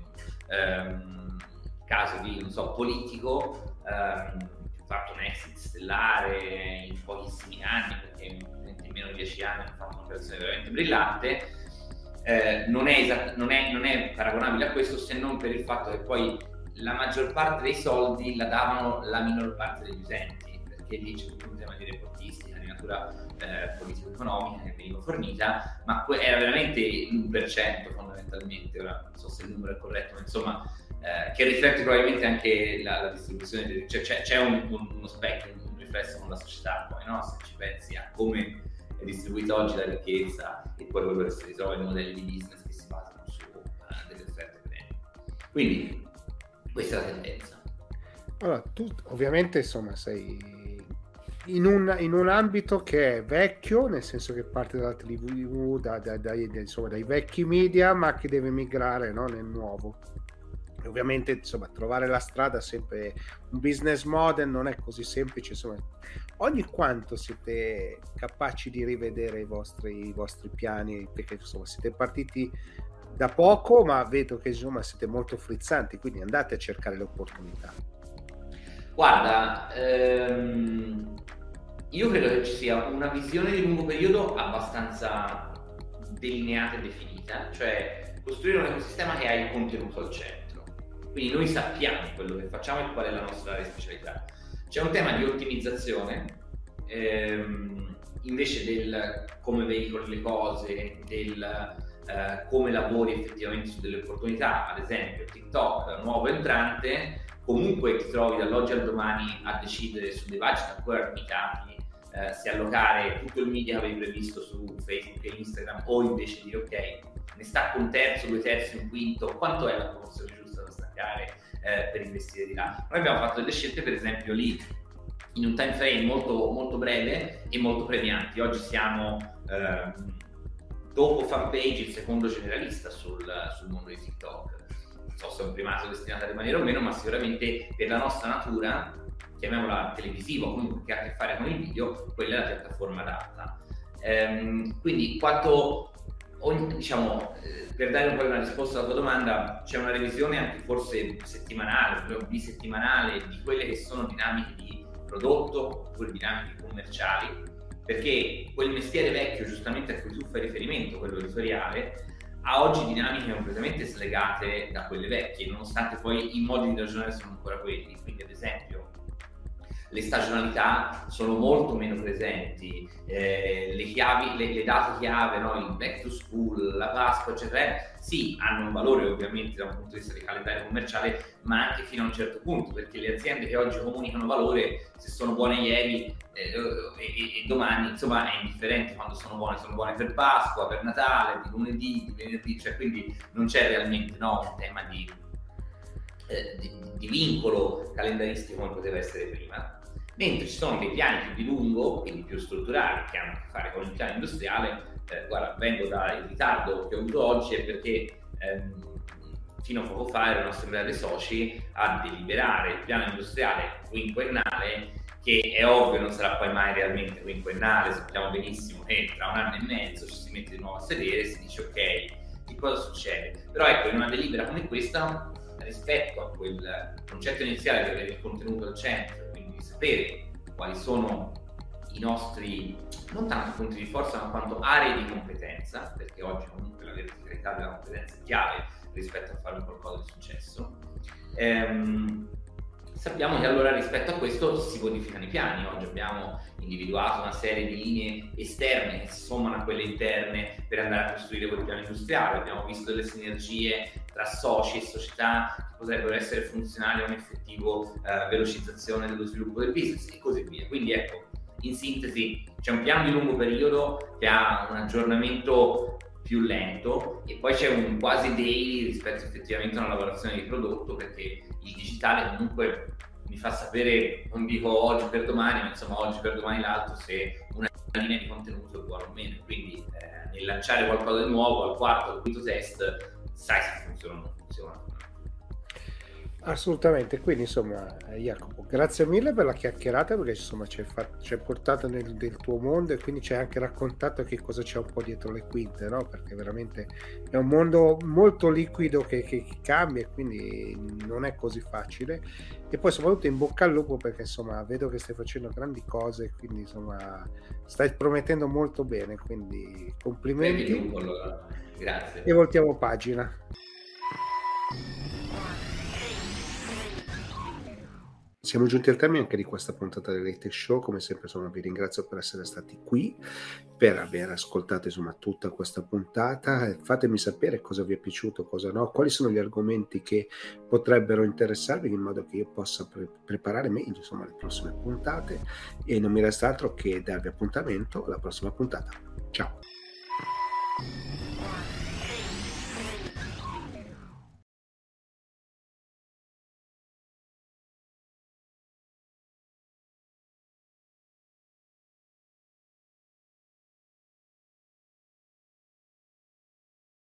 Um, caso di, non so, politico, um, ho fatto un exit stellare in pochissimi anni, perché in meno di dieci anni ho fatto un'operazione veramente brillante, eh, non, è esatt- non, è, non è paragonabile a questo, se non per il fatto che poi la maggior parte dei soldi la davano la minor parte degli utenti, perché lì c'è tutto un tema di reportistica di natura eh, politico-economica che veniva fornita, ma que- era veramente l'uno per cento fondamentalmente, ora non so se il numero è corretto, ma insomma eh, che riflette probabilmente anche la, la distribuzione, del, cioè c'è, c'è un, un, uno specchio, un riflesso con la società poi, no? Se ci pensi a come è distribuita oggi la ricchezza e poi quello che si ritrova in modelli di business che si basano su uh, delle offerte premium. Quindi questa è la tendenza. Allora, tu ovviamente insomma sei in un, in un ambito che è vecchio, nel senso che parte dalla tivù, da, da, da, insomma, dai vecchi media, ma che deve migrare, no, nel nuovo. E ovviamente insomma trovare la strada, sempre un business model non è così semplice, insomma. Ogni quanto siete capaci di rivedere i vostri, i vostri piani, perché insomma siete partiti da poco, ma vedo che insomma siete molto frizzanti, quindi andate a cercare le opportunità. Guarda, ehm, io credo che ci sia una visione di lungo periodo abbastanza delineata e definita, cioè costruire un ecosistema che ha il contenuto al centro. Quindi noi sappiamo quello che facciamo e qual è la nostra area di specialità. C'è un tema di ottimizzazione, ehm, invece del come veicoli le cose, del eh, come lavori effettivamente su delle opportunità. Ad esempio TikTok, nuovo entrante, comunque ti trovi dall'oggi al domani a decidere su dei budget ancora limitati eh, se allocare tutto il media che avevi previsto su Facebook e Instagram, o invece dire ok, ne stacco un terzo, due terzi, un quinto, quanto è la proporzione giusta da staccare eh, per investire di là. Noi abbiamo fatto delle scelte per esempio lì in un time frame molto, molto breve e molto premianti. Oggi siamo ehm, dopo Fanpage il secondo generalista sul, sul mondo di TikTok. Non so se è un primato destinato a rimanere o meno, ma sicuramente per la nostra natura, chiamiamola televisiva o comunque che ha a che fare con il video, quella è la piattaforma adatta. Ehm, quindi quanto, ogni, diciamo, eh, per dare un po' una risposta alla tua domanda, c'è una revisione anche forse settimanale, bisettimanale di quelle che sono dinamiche di prodotto oppure dinamiche commerciali, perché quel mestiere vecchio, giustamente a cui tu fai riferimento, quello editoriale, ha oggi dinamiche completamente slegate da quelle vecchie, nonostante poi i modi di ragionare sono ancora quelli. Quindi ad esempio le stagionalità sono molto meno presenti, eh, le chiavi, le, le date chiave, no? Il back to school, la Pasqua, eccetera, sì, hanno un valore ovviamente da un punto di vista di calendario commerciale, ma anche fino a un certo punto, perché le aziende che oggi comunicano valore, se sono buone ieri eh, e, e domani, insomma, è indifferente quando sono buone, sono buone per Pasqua, per Natale, di lunedì, di venerdì, cioè quindi non c'è realmente, no, un tema di, eh, di, di vincolo calendaristico come poteva essere prima. Mentre ci sono dei piani più di lungo, quindi più strutturali, che hanno a che fare con il piano industriale. Eh, guarda, vengo dal ritardo che ho avuto oggi è perché ehm, fino a poco fa ero in assemblea dei soci a deliberare il piano industriale quinquennale, che è ovvio non sarà poi mai realmente quinquennale. Sappiamo benissimo che tra un anno e mezzo ci si mette di nuovo a sedere e si dice ok, che cosa succede? Però ecco, in una delibera come questa, rispetto a quel concetto iniziale di avere il contenuto al centro, quindi di sapere quali sono i nostri, non tanto punti di forza, ma quanto aree di competenza, perché oggi comunque la verticalità della competenza è chiave rispetto a fare un qualcosa di successo. Ehm, sappiamo che allora rispetto a questo si modificano i piani. Oggi abbiamo individuato una serie di linee esterne che si sommano a quelle interne per andare a costruire quel piano industriale. Abbiamo visto delle sinergie tra soci e società che potrebbero essere funzionali a un'effettivo eh, velocizzazione dello sviluppo del business e così via. Quindi ecco, in sintesi c'è un piano di lungo periodo che ha un aggiornamento più lento e poi c'è un quasi daily rispetto effettivamente a una lavorazione di prodotto, perché il digitale comunque mi fa sapere, non dico oggi per domani, ma insomma oggi per domani l'altro, se una linea di contenuto è buona o meno. Quindi eh, nel lanciare qualcosa di nuovo al quarto o al quinto test sai se funziona o non funziona. Assolutamente, quindi insomma Jacopo, grazie mille per la chiacchierata, perché insomma ci hai, fatto, ci hai portato nel, nel tuo mondo e quindi ci hai anche raccontato che cosa c'è un po' dietro le quinte, no? Perché veramente è un mondo molto liquido che, che, che cambia e quindi non è così facile. E poi soprattutto in bocca al lupo, perché insomma vedo che stai facendo grandi cose, quindi insomma stai promettendo molto bene, quindi complimenti. Lungo, allora. Grazie. E voltiamo pagina. Siamo giunti al termine anche di questa puntata del Late Show. Come sempre insomma vi ringrazio per essere stati qui, per aver ascoltato insomma tutta questa puntata. Fatemi sapere cosa vi è piaciuto, cosa no, quali sono gli argomenti che potrebbero interessarvi, in modo che io possa pre- preparare meglio insomma le prossime puntate, e non mi resta altro che darvi appuntamento alla prossima puntata. Ciao.